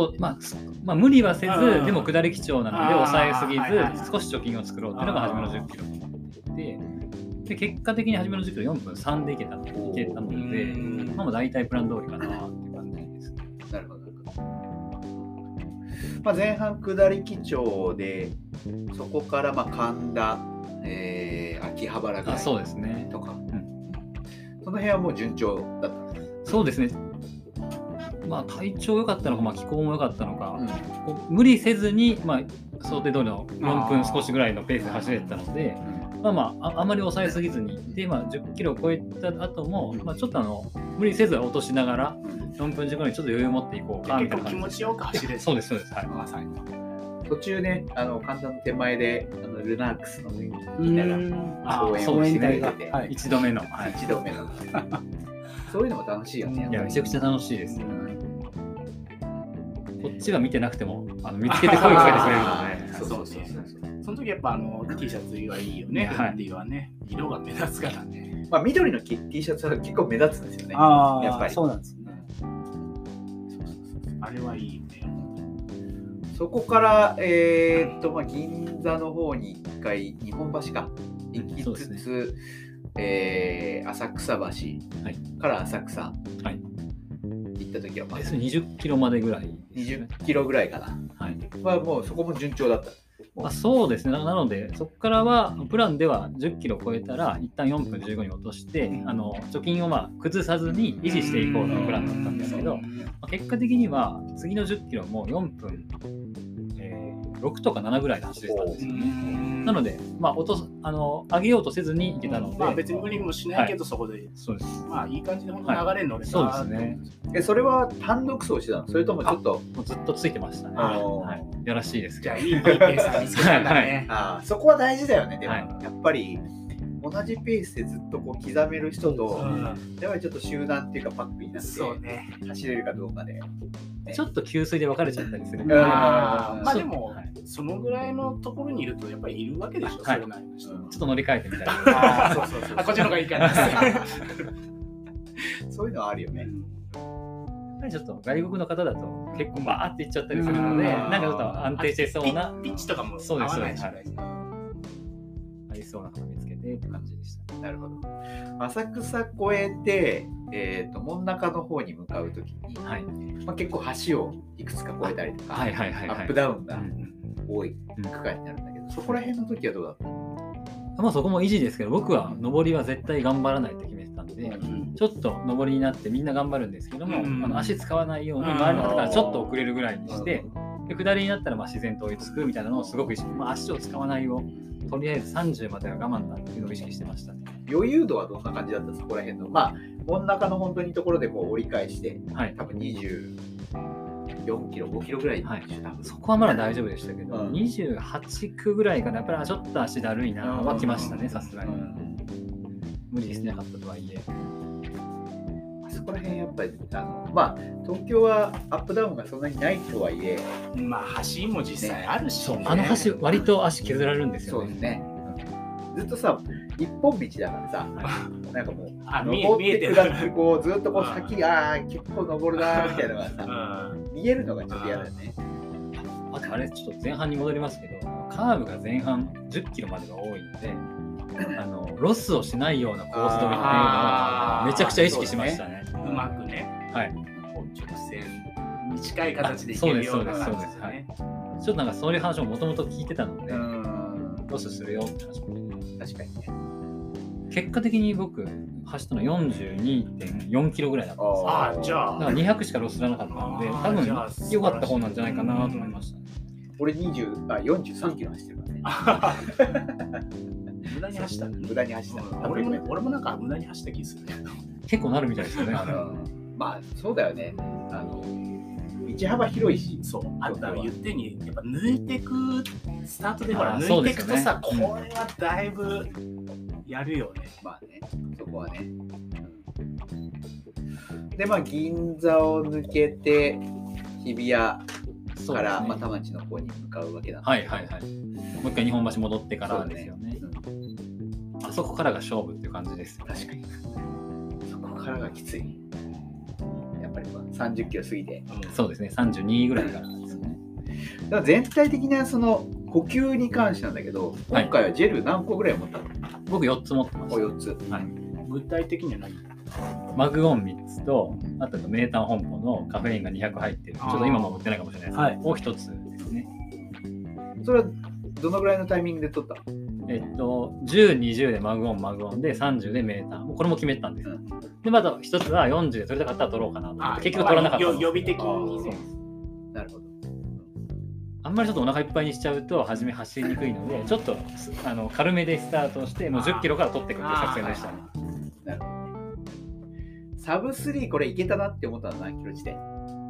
S4: 無理はせず、でも下り基調なので抑えすぎず、少し貯金を作ろうっていうのが初めの10キロで、結果的に初めの10キロ4分3でいけたので、もう大体プラン通りかなっていう感じですね。
S3: なるほど。前半下り基調で、そこから神田、秋葉原ぐらい
S4: そうですね
S3: とか、その辺はもう順調だったんですか？
S4: そうですね。体調良かったのか、気候も良かったのか、無理せずに、想定通りの4分少しぐらいのペースで走れてたので、あまり抑えすぎずにで、10キロを超えた後も、ちょっと無理せず落としながら4分15にちょっと余裕を持っていこうかみたいな感じで。
S2: 気持ちよく走れる。
S4: そうです。はい。
S3: 途中ね、神田の手前でルナークスのみんなが応援をしてくれてて、
S4: 1度目の、
S3: 1度目のそういうのも楽しいよね。
S4: いや、めちゃくちゃ楽しいです。こっちが見てなくても見つけて声をかけてくれるので。
S2: そう。その時やっぱT シャツはいいよね。T はね、色が目立つからね。
S3: 緑の T シャツは結構目立つんですよね。やっぱり。
S1: そうなんですね。
S2: あれはいいね。
S3: そこから、銀座の方に一回日本橋か行きつつ、浅草橋から浅草行った時は
S4: 20キロまでぐらい、
S3: 20キロぐらいかな。もうそこも順調だった。
S4: そうですね。なのでそこからはプランでは10キロ超えたら一旦4分15に落として貯金を崩さずに維持していこうというプランだったんですけど、結果的には次の10キロも4分、6とか7ぐらいで走れたんですよね。なので、上げようとせずにいけたので、
S2: 別に無理もしないけど、そこで、
S4: そうです。
S2: いい感じで本当に流れるので、
S4: そうですね。
S3: それは単独走してたの？それともちょっと
S4: ずっとついてましたね。やらしいですけど。
S2: じゃあいいペース見つけたんだね。
S3: そこは大事だよね。でもやっぱり同じペースでずっと刻める人と、やっぱりちょっと集団っていうかパックになって走れるかどうかで。
S4: ちょっと給水で分かれちゃったりする。
S2: でも、そのぐらいのところにいるとやっぱりいるわけでしょ。ちょ
S4: っと乗り換えてみたいな。
S2: そう。こっちの方がいいかな。
S3: そういうのはあるよね。
S4: ちょっと外国の方だと結構バーっていっちゃったりするので、なんかちょっと安定してそうな
S2: ピッチとかも合わないし。
S4: ありそうなのを見つけてって感じでした。
S3: なるほど。浅草越えて、門中の方に向かうときに、結構橋をいくつか越えたりとか、アップダウンが多い区間になるんだけど、そこら辺の時はどうだったの？
S4: そこも維持ですけど、僕は上りは絶対頑張らないと決めてたんで、ちょっと上りになってみんな頑張るんですけども、足使わないように周りの方からちょっと遅れるぐらいにして、で下りになったら自然と追いつくみたいなのをすごく意識、足を使わないをとりあえず30までは我慢だっていうのを意識してましたね。
S3: 余裕度はどんな感じだったんですか、そこら辺の。まあ、真ん中の本当にところでこう折り返して、はい、多分24キロ、5キロぐらい、はい、
S4: そこはまだ大丈夫でしたけど、28区ぐらいからやっぱりちょっと足だるいなはきましたね、さすがに。無理しなかったとはいえ。
S3: そこら辺やっぱりまあ東京はアップダウンがそんなにないとはいえ、
S2: まあ橋も実際あるし、ね、
S4: あの橋割と足削られるんですよね。
S3: そうですね。ずっとさ一本道だからさ、なんかもう登って下ってこうずっとこう先結構登るなみたいなのがさ、見えるのがちょっと嫌だよね。
S4: あれちょっと前半に戻りますけど、カーブが前半10キロまでが多いので。ロスをしないようなコース取りっていうのはめちゃくちゃ意識しましたね。
S2: うまくね、
S4: はい、
S2: 直線に近い形でいけるような感じですね。
S4: ちょっとなんかそういう話ももともと聞いてたので、ロスするよって話も
S3: 確かにね。
S4: 結果的に僕走ったの 42.4 キロぐらいだったんですよ。
S2: ああ、じゃあ
S4: だから200しかロスらなかったので、多分良かった方なんじゃないかなと思いました。
S3: 俺43キロ走ってるからね。
S2: 無駄に走った。
S3: 無駄に走った。
S2: 俺もなんか無駄に走った気する。
S4: 結構なるみたいですよね。
S3: まあそうだよね。道幅広いし。
S2: そう。あと言ってにやっぱ抜いていくスタートでほら抜いていくとさ、これはだいぶやるよね。
S3: まあね、そこはね。でまあ銀座を抜けて日比谷からまあ田町の方に向かうわけだ。
S4: はいはいはい。もう一回日本橋戻ってからですよね。あそこからが勝負っていう感じです。
S3: 確かに。そこからがきつい。やっぱり30キロ過ぎて。
S4: そうですね。32ぐらいからですね。
S3: だから全体的なその呼吸に関してなんだけど、今回はジェル何個ぐらい持ったの？
S4: 僕4つ持ってます。
S3: 4つ。
S4: はい。
S2: 具体的には何？
S4: マグオン3つと、あとメータン本舗のカフェインが200入ってる。ちょっと今も売ってないかもしれないですけど、を1つですね。
S3: それはどのぐらいのタイミングで取った？
S4: 10、20でマグオンで30でメーター。これも決めたんですよ。で、また一つは40で取りたかったら取ろうかなと思って。結局取らなかった。
S2: 予備的にね。
S3: なるほど。
S4: あんまりちょっとお腹いっぱいにしちゃうと、初め走りにくいので、ちょっと軽めでスタートして、もう10キロから取っていくっていう作戦でしたね。
S3: なるほど。サブ3これいけたなって思ったの何キロ地点？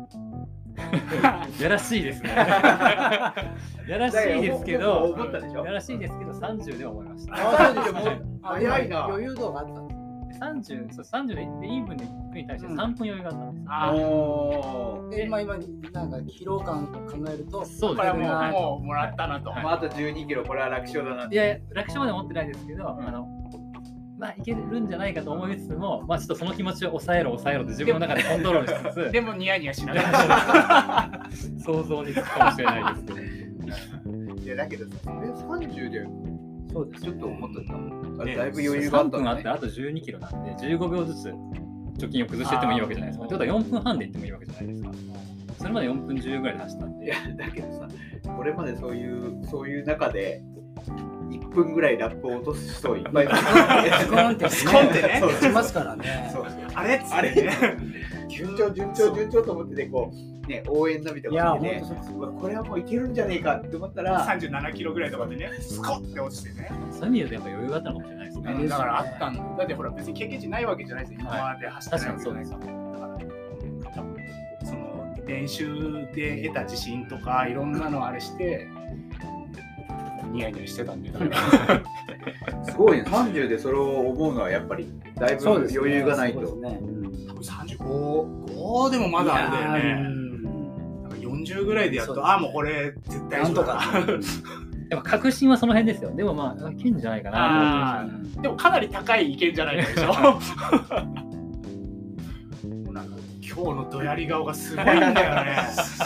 S4: やらしいですね。やらしいですけど、
S3: 思ったでしょ？
S4: やらしいですけど30で思いました。
S3: 早いな。
S1: 余裕度があったんです。
S4: 30でイーブンで行くに対して3分余裕があったんです。
S1: 今なんか疲労感を考えると、
S4: そう
S2: ですね。もうもらったなと。
S3: あと12キロこれは楽勝だな。
S4: いや楽勝まで思ってないですけど、まあいけるんじゃないかと思いつつも、まあちょっとその気持ちを抑えろって自分の中でコントロールしつつ、
S2: でもニヤニヤしながら
S4: 想像につくかもしれないですけど。
S3: いやだけどさ、30で
S1: そうです
S3: ちょっと思ってた。だいぶ余裕があったんだね。
S4: 3分あってあと12キロなんで15秒ずつ貯金を崩していってもいいわけじゃないですか。ということは4分半でいってもいいわけじゃないですか。それまで4分10ぐらいで走ったんで。
S3: いやだけどさ、これまでそういう中で1分ぐらいラップを落とす人いっぱいいる。
S1: スコンってね、落ちますからね。
S2: あれ
S3: 順調と思っててこうね応援のみとか見てね、これはもういけるんじゃねえかって思ったら
S2: 37キロぐらいとかでねスコッて落ちてね。
S4: そういう意味でやっぱ余裕があったのかもしれないですね。
S2: だからあったんだ。だってほら別に経験値ないわけじゃないですよ。今まで走ってないわけじゃないですよ。だからその練習で得た自信とかいろんなのあれしてニヤニヤしてたんで。
S3: すごいね。30でそれを思うのはやっぱりだいぶ余裕がないと。
S2: 多分35でもまだあれだよね。なんか40ぐらいでやっともうこれ絶対
S1: なんとか。
S4: やっぱ確信はその辺ですよ。でもまあいけんじゃないかなと思って。
S2: でもかなり高いいけんじゃないかでしょ。なんか今日のどやり顔がすごいんだよね。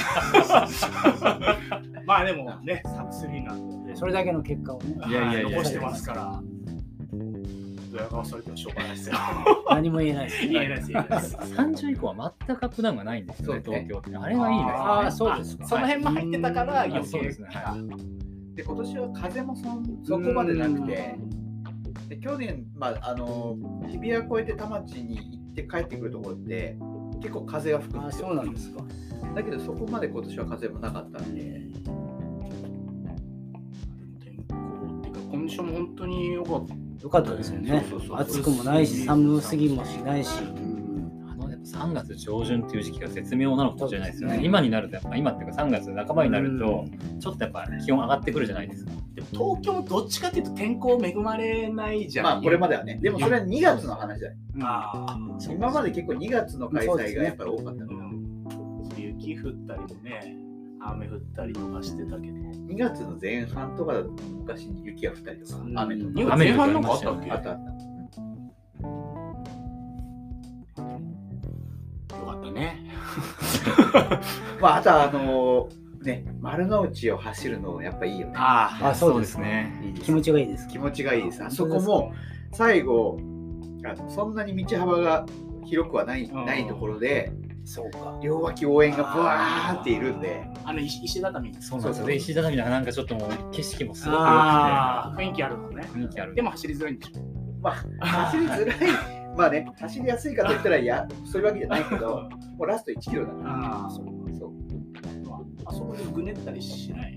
S2: まあでもねサブ3なんで
S1: それだけの結果をね
S2: 残してますから。ドヤ顔されてもしょうがないですよ。
S1: 何も言えないです。
S2: 言えないです。
S4: 30以降は全くアップダウンがないんですよね、東京って。あれはいいですね。
S1: ああ、そうですか。
S2: その辺も入ってたから余計
S4: ですね。
S3: で今年は風もそこまでなくて、で去年日比谷越えて田町に行って帰ってくるところって結構風が吹くんですよ。
S1: そうなんですか。
S3: だけどそこまで今年は風もなかったんで。
S2: 天候っていうかコンディションも本当に良かっ
S1: よかったですよね。暑くもないし寒すぎもしないし。
S4: 3月上旬っていう時期が絶妙なのかもしれないですよね。今になるとやっぱ今っていうか3月半ばになるとちょっとやっぱ気温上がってくるじゃないですか。
S2: でも東京もどっちかっていうと天候恵まれないじゃん。
S3: まあこれまではね。でもそれは2月の話だよ。今まで結構2月の開催がやっぱり多かったから。
S2: 雪降ったりもね、雨降ったりとかしてたけど。
S3: 2月の前半とかだと昔に雪が降ったりとか、雨とか。
S2: 2月前半なんかあったっけ？
S3: あった。
S2: よかったね。
S3: まああとね、丸の内を走るのやっぱいいよね。
S1: そうですね。気持ちがいいです。
S3: 気持ちがいいです。あそこも最後そんなに道幅が広くはないところで、
S1: そうか。
S3: 両脇応援がブワーっているんで、
S2: 石畳。
S4: そうなんですよ。で石畳なんかちょっともう景色もすごく良くて、
S2: 雰囲気あるのね。
S4: 雰囲気ある。
S2: でも走りづらいんでしょ。
S3: まあ走りづらい。まあね、走りやすいかといったらそういうわけじゃないけど、もうラスト1キロだから。そう。
S2: あそこでぐねったりしない。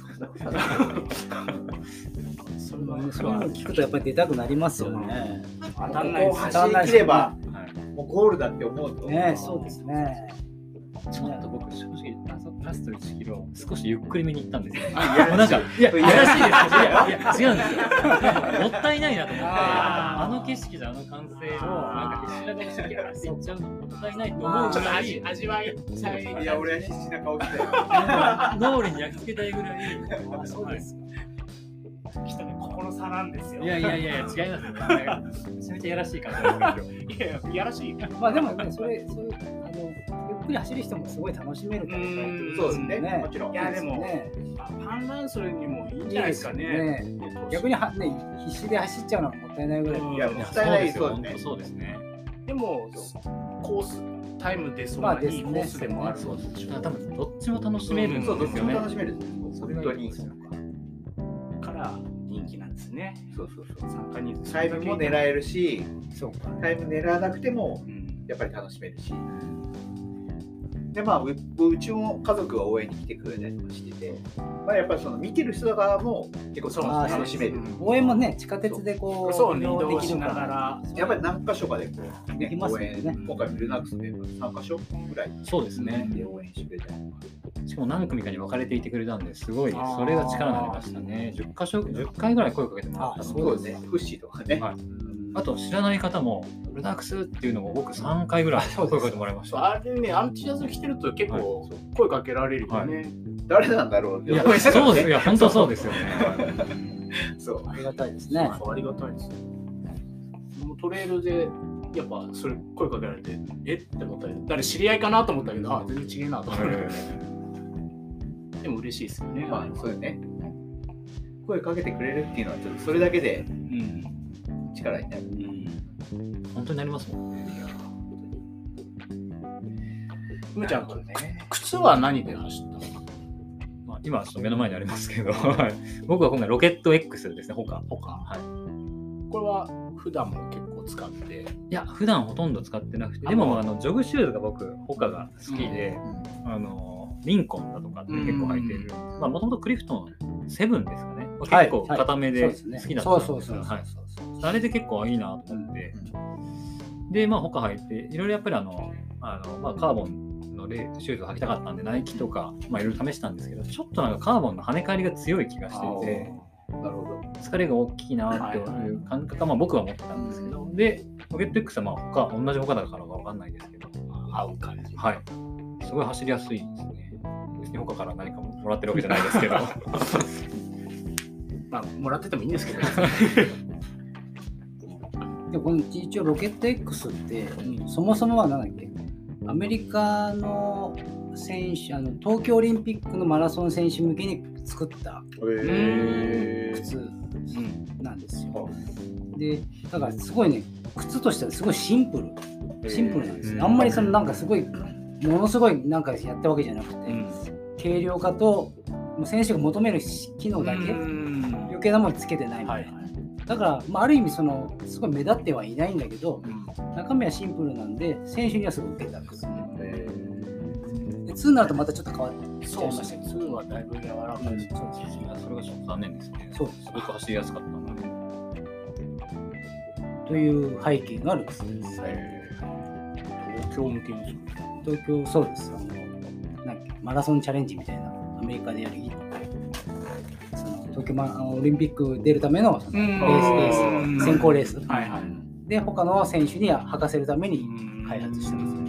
S1: そういうの聞くとやっぱり出たくなりますよね。
S3: ここ走り切ればもうゴールだって思うと。
S1: ね、そうですね。
S4: ちょっと僕正直ラスト1キロ少しゆっくりめに行ったんですよ。
S3: なんか
S4: いやらしいです。違うんですよ。もったいないなと思って、あの景色であの歓声をなんか必死な顔して行っちゃうのもったいないと思うぐらい
S2: 味わいたい。
S3: いや俺は必死な顔して
S4: 脳裏に焼き付けたいぐらい。
S1: そうです。
S2: 人ね、ここの差なんですよ。
S4: いや違いますよ。めちゃめちゃやらしい感じです
S2: よ。いやらしい。
S1: まあでもね、そういうゆっくり走る人もすごい楽しめるから。
S3: そうですね。もちろん。
S2: いやでも観覧するにもいいんじゃないですかね。
S1: 逆に必死で走っちゃうのはもったいないぐらい。
S3: いやもったいない
S4: そうですね。
S2: でもコースタイムでそんないいコースでもあるのでしょ。
S4: 多分どっちも楽しめるんですよね。
S3: どっちも楽しめる。本当に。
S2: から人気なんですね。
S3: そう。
S2: 参加に
S3: タイムも狙えるし、タイム狙わなくてもやっぱり楽しめるし。でまあうちも家族は応援に来てくれたりとかしてて、まあやっぱりその見てる人側も結構楽しめる。
S1: 応援もね地下鉄でこう
S2: 移動しながら、
S3: やっぱり何箇所かでこう
S1: できますね。
S3: 今回ルナックスで3箇所ぐらい
S4: そうですね。
S3: で応援してくれたりとか。
S4: しかも何組かに分かれていてくれたんですごいそれが力になりましたね。10回ぐらい声かけてもらったので。
S3: そうですね。フッシーとかね。
S4: あと知らない方もルナックスっていうのを僕3回ぐらい声かけてもらいました。
S2: あれね、アンチジャズ来てると結構声かけられるよね。
S3: 誰なんだろうって。
S4: いやそうです。いや本当そうですよね。
S1: そうありがたいですね。
S2: ありがたいです。トレイルでやっぱそれ声かけられてって思ったり、誰知り合いかなと思ったけど、全然違えなと思って。でも嬉しいですよね。
S3: まあそうよね。声かけてくれるっていうのはちょっとそれだけで力になる。
S4: 本当になりますもんね。
S2: むちゃんとね、靴は何で走ったの？
S4: まあ今ちょっと目の前にありますけど、僕は今回ロケット X ですね。他。はい。
S2: これは普段も結構使って？
S4: いや普段ほとんど使ってなくて、でもジョグシューズが僕他が好きで、リンコンだとかって結構履いてる。まあもともとクリフトン7ですかね。結構固めで好きだったんですよ。あれで結構いいなと思って、でまあ他履いていろいろやっぱりまあカーボンのシューズを履きたかったんでナイキとかまあいろいろ試したんですけど、ちょっとなんかカーボンの跳ね返りが強い気がしてて、疲れが大きいなっていう感覚がまあ僕は思ってたんですけど、でロケット X はまあ同じ他だからわかんないですけど
S2: 合う感じ。
S4: はい。すごい走りやすいですね。別に他から何かもらってるわけじゃないですけど。
S2: まあもらっててもいいんですけど。
S1: でこの一応ロケット X って、そもそもは何だっけ、アメリカの選手東京オリンピックのマラソン選手向けに作った靴なんですよ。でだからすごいね、靴としてはすごいシンプルなんですよ。あんまりなんかすごいものすごいなんかやったわけじゃなくて、軽量化と選手が求める機能だけ、余計なものつけてないみたいな。だから、まあ、ある意味すごい目立ってはいないんだけど、中身はシンプルなんで選手にはすごい受けた靴。2になるとまたちょっと変わってきちゃいましたけど、
S2: 2はだいぶ柔らかいし、
S4: それがちょっと残念ですね。
S1: そうです。
S4: 僕走りやすかったので。
S1: という背景がある靴です。
S2: 東京向けに
S1: 東京、そうです。なんかマラソンチャレンジみたいな、アメリカでやるその東京オリンピック出るためのレース先行レース、はいはい、で他の選手に履かせるために開発してます。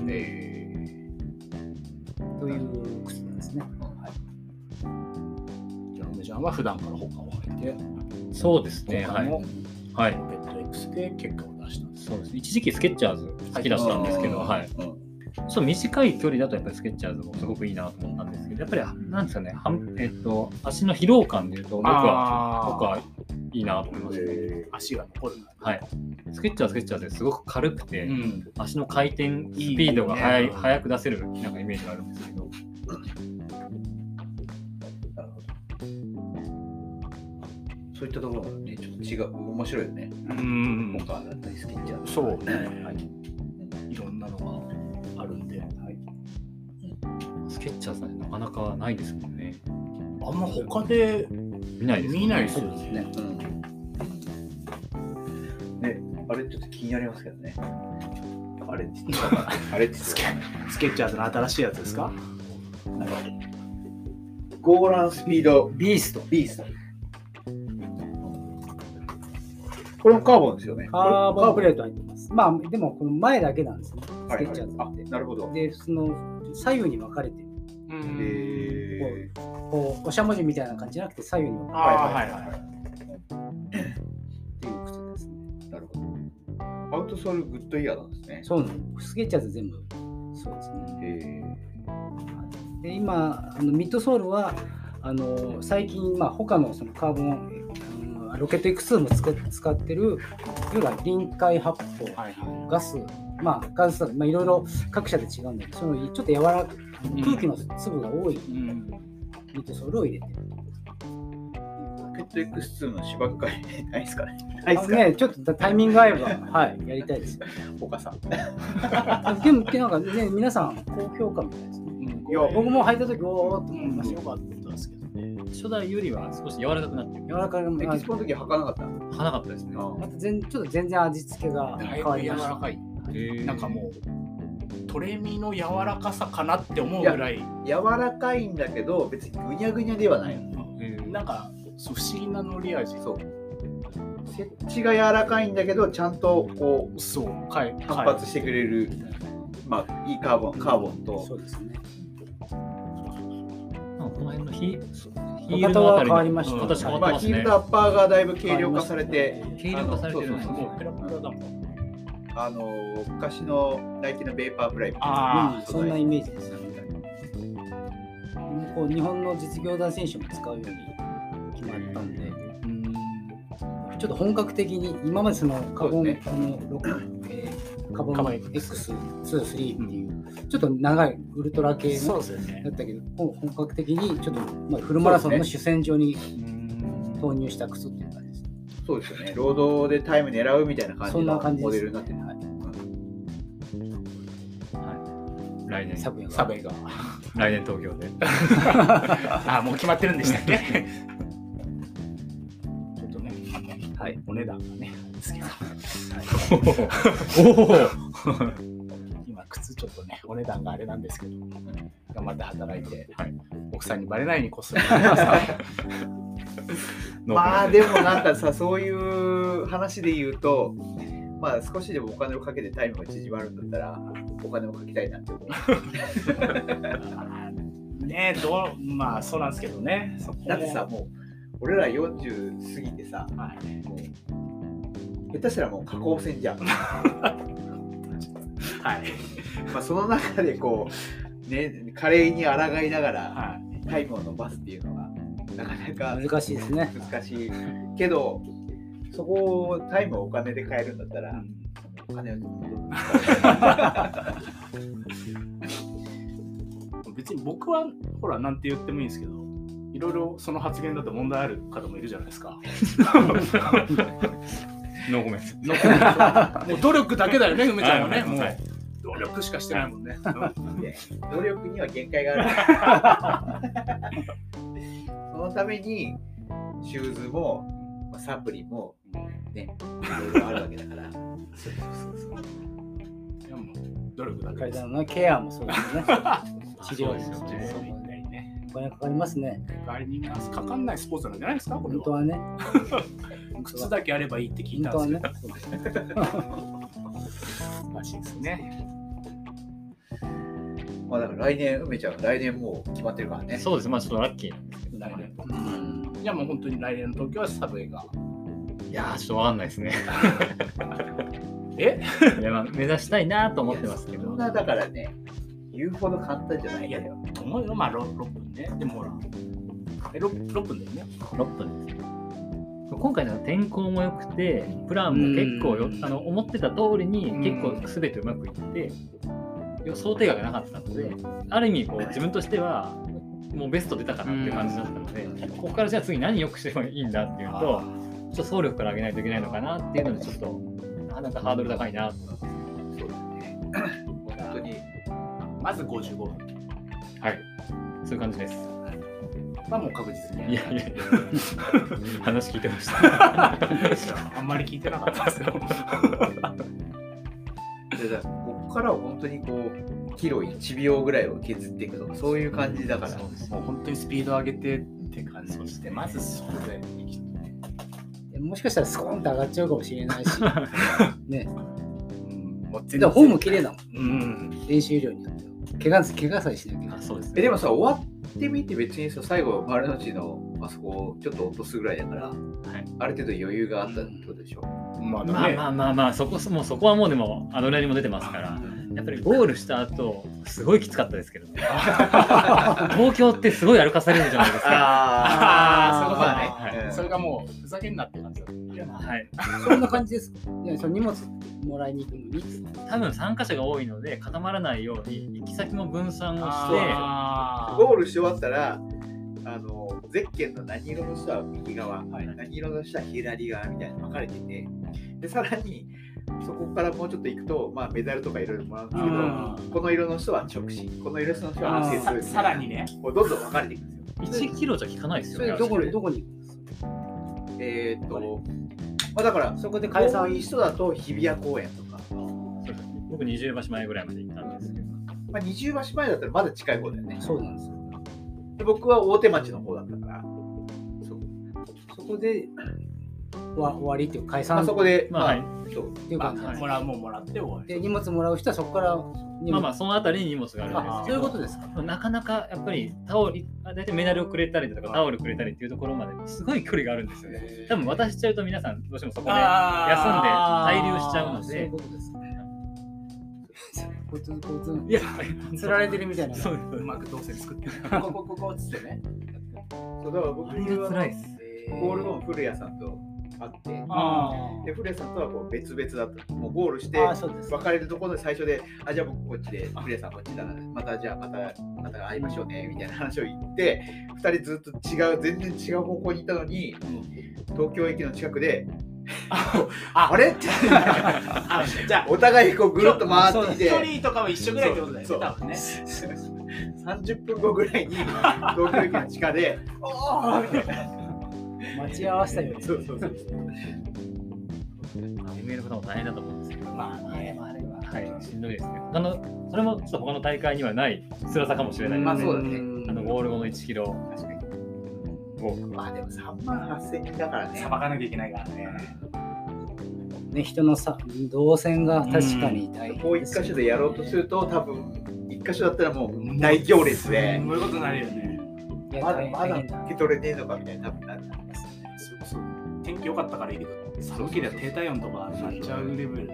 S1: という靴なんですね。はい、
S2: じゃあ梅ちゃんは普段からホカを履いて、
S4: そうですね。はい。
S2: はい。ペット X で結果を出したんです。
S4: そうです。一時期スケッチャーズ好きだったんですけど、はい。ちょっと短い距離だとやっぱりスケッチャーズもすごくいいなと思ったんですけど、やっぱりなんですかね、足の疲労感でいうと僕はいいなと思いますね。
S2: 足が残る。
S4: はい。スケッチャーズですごく軽くて、足の回転スピードが速く出せるなんかイメージがあるんですけど。
S3: なるほど。そういったところがね、ちょっと違う、面白いよね。ホカだったりスケッチャーズ。
S2: そうね。はい。いろんなのがあるんで。はい。
S4: スケッチャーズなかなかないですもんね。
S2: あんま他で見ないですよね。
S3: ね、あれちょっと気になりますけどね。あれってスケ
S2: ッチャーズの新しいやつですか？
S3: ゴーランスピード
S1: ビースト。
S3: これもカーボンですよね。
S1: カーボンプレート入ってます。まあでもこの前だけなんですね。スケッチャーズって。
S3: なるほど。
S1: でその左右に分かれてる。こうおしゃもじみたいな感じじゃなくて左右に分かれてる。っていう靴ですね。
S3: なるほど。アウトソールグッドイヤーなんですね。
S1: そうなの。スケッチャーズ全部そうですね。で今ミッドソールは最近他のそのカーボンロケット X2 も使ってる要は臨界発泡、ガスガスいろいろ各社で違うんだけど、そのちょっと柔らか空気の粒が多いミッドソールを入れてる。
S3: ロケット X2 の芝生会ないですかね。
S1: ね、ちょっとタイミング合えばやりたいですよ。
S3: 岡さん。
S1: でもなんかね、皆さん高評価みたいですね。いや僕も履いた時おーっと思いました。よかったですけどね。
S4: 初代よりは少し柔らかくなってる。
S1: 柔らかい。
S3: エキスポの時は履かなかった？
S4: 履かなかったですね。
S1: またちょっと全然味付けが変わりました。
S2: 柔らかい。なんかもうトレミの柔らかさかなって思うぐらい。
S3: 柔らかいんだけど別にぐにゃぐにゃではない。
S2: なんか不思議な乗り味。
S3: そう。設置が柔らかいんだけどちゃんとこう反発してくれる。いいカーボンと。
S1: そうですね。
S4: この辺のヒー
S1: ルのあたりの
S4: 形変わってますね。
S3: ヒールとアッパーがだいぶ軽量化されて、
S4: 軽量化されてるんですね。
S3: 昔のナイキのベーパーフライみたい
S1: な、そんなイメージですね。日本の実業団選手も使うように決まったんで、ちょっと本格的に今までそのカーボンX2、3っていうちょっと長いウルトラ系のだったけど、本格的にちょっとフルマラソンの主戦場に投入した靴っていう感じです。
S3: そうですよね。ロードでタイム狙うみたいな感じのモデルになってる。
S4: 来年
S2: サベが
S4: 来年東京で
S2: もう決まってるんでしたっけ？ちょっとね、お値段がねですけど。今靴ちょっとねお値段があれなんですけど、頑張って働いて、奥さんにバレないようにこっそり
S3: でもなんかさ、そういう話で言うと少しでもお金をかけてタイムが縮まるんだったらお金をかけたいなって思う
S2: ね。そうなんですけどね。
S3: だってさ、もう俺ら40過ぎてさ、もう下手したらもう下降線じゃん。その中でこうね、華麗に抗いながらタイムを伸ばすっていうのはなかなか
S1: 難しいですね。
S3: 難しいけど、そこをタイムをお金で買えるんだったら、お金を
S2: 別に僕はほらなんて言ってもいいんですけど、いろいろその発言だと問題ある方もいるじゃないですか。
S4: ノーコメント。
S2: もう努力だけだよね、梅ちゃんはね。もう努力しかしてないもんね。
S3: 努力には限界がある。そのためにシューズもサプリもね、いろいろあるわけだから。そう。
S2: いやもう努力だけ
S1: 階段のケアもそうですね。治療ですよ
S2: ね。
S1: お金かかりますね。
S2: かかんないスポーツなんじゃないですか、これは。
S1: 本当はね。
S2: 靴だけあればいいって聞いたんですけど。らしいですね。
S3: まあだから来年、梅ちゃん、来年もう決まってるからね。
S4: そうです、まあちょっとラッキーなんですけど、
S2: 来年。じゃあもう本当に来年の東京はサブウェイが。
S4: いやー、ちょっとわかんないですね。
S2: い
S4: や、まあ、目指したいなと思ってますけど。
S3: そんなだからね、言うほど簡単じゃない。
S2: いや、と思うよ、まあ 6分ね。でもほら、6分だよね。
S4: 6分です。今回の天候も良くて、プランも結構思ってた通りに結構全てうまくいって、想定外がなかったので、ある意味こう自分としてはもうベスト出たかなっていう感じだったので、ここからじゃあ次何良くしてもいいんだっていうのと、ちょっと総力から上げないといけないのかなっていうので、ちょっとなかなかハードル高いなと。
S3: そうだね。本当に。
S2: まず55分。
S4: はい。そういう感じです。
S2: まあもう確実に。
S4: いや話聞いてました。
S2: あんまり聞いてなかったですよ。
S3: ここからは本当にこうキロ1秒ぐらいを削っていくとかそういう感じだから、
S2: もう本当にスピード上げてって感じして、まずそれで
S1: もしかしたらスコーンと上がっちゃうかもしれないしね。
S2: もう
S1: 全然フォーム綺麗だも
S2: ん。
S1: 練習量によっては怪我さえしなきゃ。
S4: そうです。
S3: でもさ、終わってみて別にさ、最後丸の内のあそこをちょっと落とすぐらいだから、ある程度余裕があったってことでしょ。
S4: まあそこはもうでもアドレナリンも出てますから、やっぱりゴールした後すごいきつかったですけど、ね、東京ってすごい歩かされるじゃないですか。
S2: そういうことね。それがもうふざけんなって感じだった。
S4: はい。
S1: そんな感じですか。いや、その荷物もらいに行くのに
S4: 多分参加者が多いので固まらないように行き先も分散をして、
S3: ゴールし終わったらゼッケンの何色の人は右側、何色の人は左側みたいに分かれてて、でさらにそこからもうちょっと行くと、まあ、メダルとかいろいろもらうんですけど、この色の人は直進、この色の人は右折、
S2: さらにね、
S3: どんどん分かれていくんですよ。
S4: 1キロじゃ効かないですよね。
S1: それどこに行くんですか。
S3: まあ、だから
S1: そこで解散
S3: いい人だと日比谷公園とか、
S4: 僕20橋前ぐらいまで行ったんですけど、
S3: まあ、20橋前だったらまだ近い方だよね。
S1: そうなんですよ。
S3: で僕は大手町の方だったから、
S1: そこで終わりっていう解散、
S3: そこで
S1: そうっていう感じです。
S2: もらって終わり。
S1: で荷物もらう人はそこから
S4: そのあたりに荷物があるんですけど、
S1: そういうことですか。
S4: なかなかやっぱり大体メダルをくれたりとかタオルくれたりっていうところまですごい距離があるんですよね。多分渡しちゃうと皆さんどうしてもそこで休んで滞留しちゃうので。
S1: そういうことですね。いや、釣られてるみたいな。
S2: うまく動線作ってる。ここっつってね。
S3: そうだから僕は
S4: 辛いです。
S3: ゴール後古谷さんと会って、で古谷さんとはこう別々だった。もうゴールして別れるところで最初で、じゃあ僕こっちで古谷さんこっちだな、また会いましょうねみたいな話を言って、2人ずっと全然違う方向に行ったのに、東京駅の近くであれってじゃあお互いこうぐるっと回ってきて、
S2: ストーリーとかも一緒ぐらいってことだよね。多分ね。
S3: 30分後ぐらいに東京駅の地下でおーみたいな
S1: 待ち合わせたよね。
S3: そう。
S4: ML の方も大変だと思うんですけど、
S1: まあね、あれは
S4: はい、しんどいですね。それもちょっと他の大会にはない辛さかもしれないですね。
S3: まあそうだね。
S4: ゴール後の1キロ。確かに。
S3: まあでも3万8000人だからね。
S2: さばかなきゃいけないからね。
S1: 人の動線が確かに大変。
S3: もう一箇所でやろうとすると多分一箇所だったらもう大行列で。
S2: そういうことになるよね。
S3: まだ受け取れねえのかみたいな多分なる。
S2: 天気良かったからいいけど、寒気で低体温とかなっちゃうレベルで。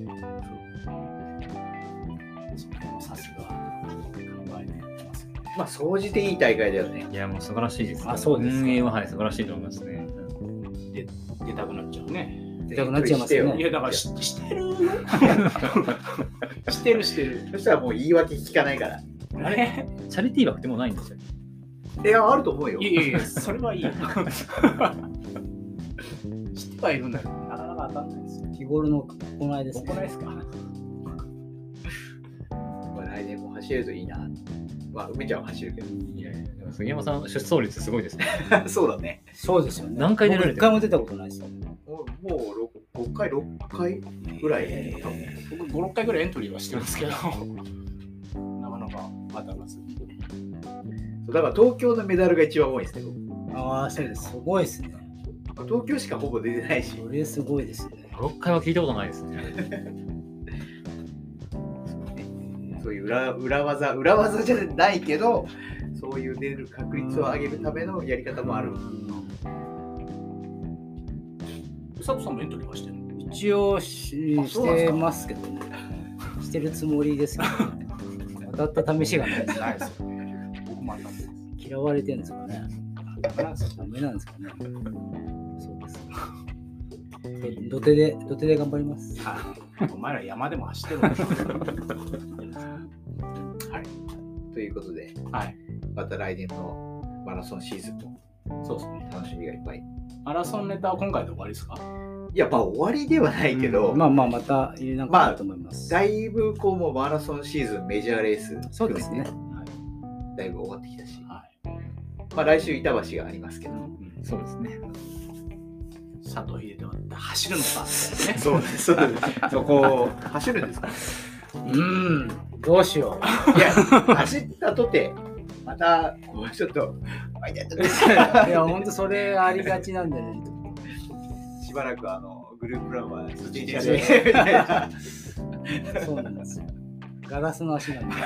S2: さすが考えてますね。
S3: まあ総じていい大会だよね。
S4: いやもう素晴らしいです。
S1: そうです。
S4: 運営は素晴らしいと思いますね。
S2: 出たくなっちゃうね。
S1: 出たくなっちゃいますよね。
S2: いやだからしてるしてる。
S3: そしたらもう言い訳聞かないから。
S2: あれ
S4: チャリティー枠でもないんですよ。
S3: いやあると思うよ。
S2: いやそれはいい。知ってはいるんだけどなかなか当たんないですよ。
S1: 日頃の行いですね。
S2: 行いですか。
S3: 来年も走れるといいな。まあ梅ちゃんは走るけど。
S4: いやでも杉山さん出走率すごいですね。
S3: そうだね。
S1: そうですよね。
S4: 何回出られてる？
S1: 1回も出たことないですよ。
S3: もう6 5回、6回ぐらい、
S2: 僕5、6回ぐらいエントリーはしてるんですけど、なかなか当たらず。
S3: だから東京のメダルが一番多いんですけど。
S1: ああ、そうです。すごいですね。
S3: 東京しかほぼ出てないし。
S1: それすごいですね。
S4: 6回は聞いたことないですね。
S3: そういう裏技じゃないけど、そういう出る確率を上げるためのやり方もある。
S2: 佐藤さんもエントリーはしてるの？
S1: 一応してますけどね。してるつもりですけどね。当たった試しがないです。
S2: ないですよね。僕も当たってます。
S1: 嫌われてるんですかね。
S2: ダメなんですよ。
S1: ダメなんですかね。そうです。土手で頑張ります。
S2: お前ら山でも走ってるんでしょ。
S3: はい。ということで、
S2: はい、
S3: また来年のマラソンシーズンも
S2: そうですね。
S3: 楽しみがいっぱい。
S2: マラソンネタは今回で終わりですか？
S3: いや、まあ終わりではないけど、
S1: また入れなかったと思います。
S3: だいぶこうもうマラソンシーズンメジャーレース
S1: そうですね。
S3: だいぶ終わってきたし、
S2: はい、
S3: まあ来週板橋がありますけど、
S4: そうですね。
S2: 佐藤秀人は走るのかみたいなね。
S3: そうです。そこ走るんですか？
S1: どうしよ
S3: う。いや、走ったとてまたこうちょっと
S1: いや本当それありがちなんでね。
S3: しばらくグループランは自転車
S1: でそうなんですよ。ガラスの足なんで。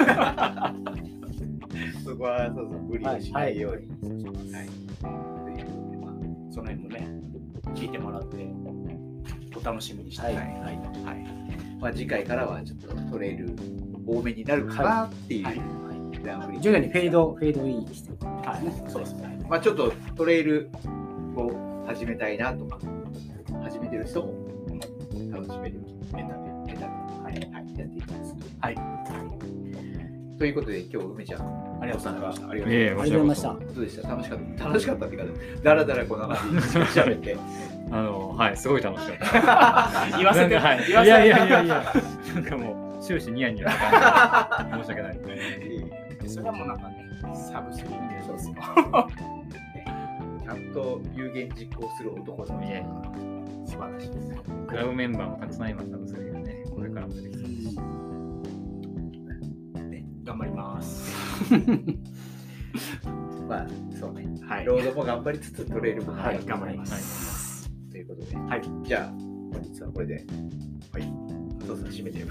S3: そこはそう無理をしないように。
S2: はい。その辺もね聞いてもらってお楽しみにして。はい。
S3: まあ次回からはちょっとトレイル多めになるかなっていう。
S1: 徐々にフェードインしてるからね。
S2: そうですね。
S3: まあちょっとトレイルを始めたいなとか。始めてる人も楽しめるネタで、やっていきます。はい。ということで今日梅ちゃん
S2: ありがとうございました。
S1: ありがとうございました。
S3: どうでした？楽しかったっていうか、だらだらこんな感じで喋って、
S4: はい、すごい楽しかった。
S2: 言わせて、
S4: いや、なんかもう終始ニヤニヤした感じ。申し訳ない。
S2: それはもうなんかね、サブスリーでそうですよ。
S3: ちゃんと有言実行する男の家。素晴らしいです。
S4: クラブメンバーもたくさんいます。それがね、これからも出てきそうです。
S2: 頑張ります。
S3: まあ、そうね。はい。ロードも頑張りつつ、トレイルも
S2: 頑張ります。
S3: ということで、はい。じゃあ、本日はこれで、はい。どうぞ締めてよ。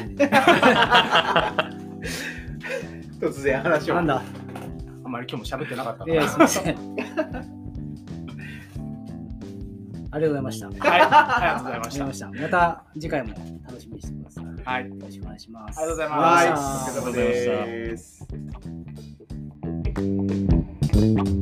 S3: 突然話を。
S1: なんだ。
S2: あんまり今日も喋ってなかったから。
S1: すみません。ありがとうございました。
S2: はい、ありがとうございました。
S1: また次回も楽しみにしてください。
S2: はい、
S1: よろしくお願いします。
S2: ありがとうございます。
S3: はい、お疲れ様です。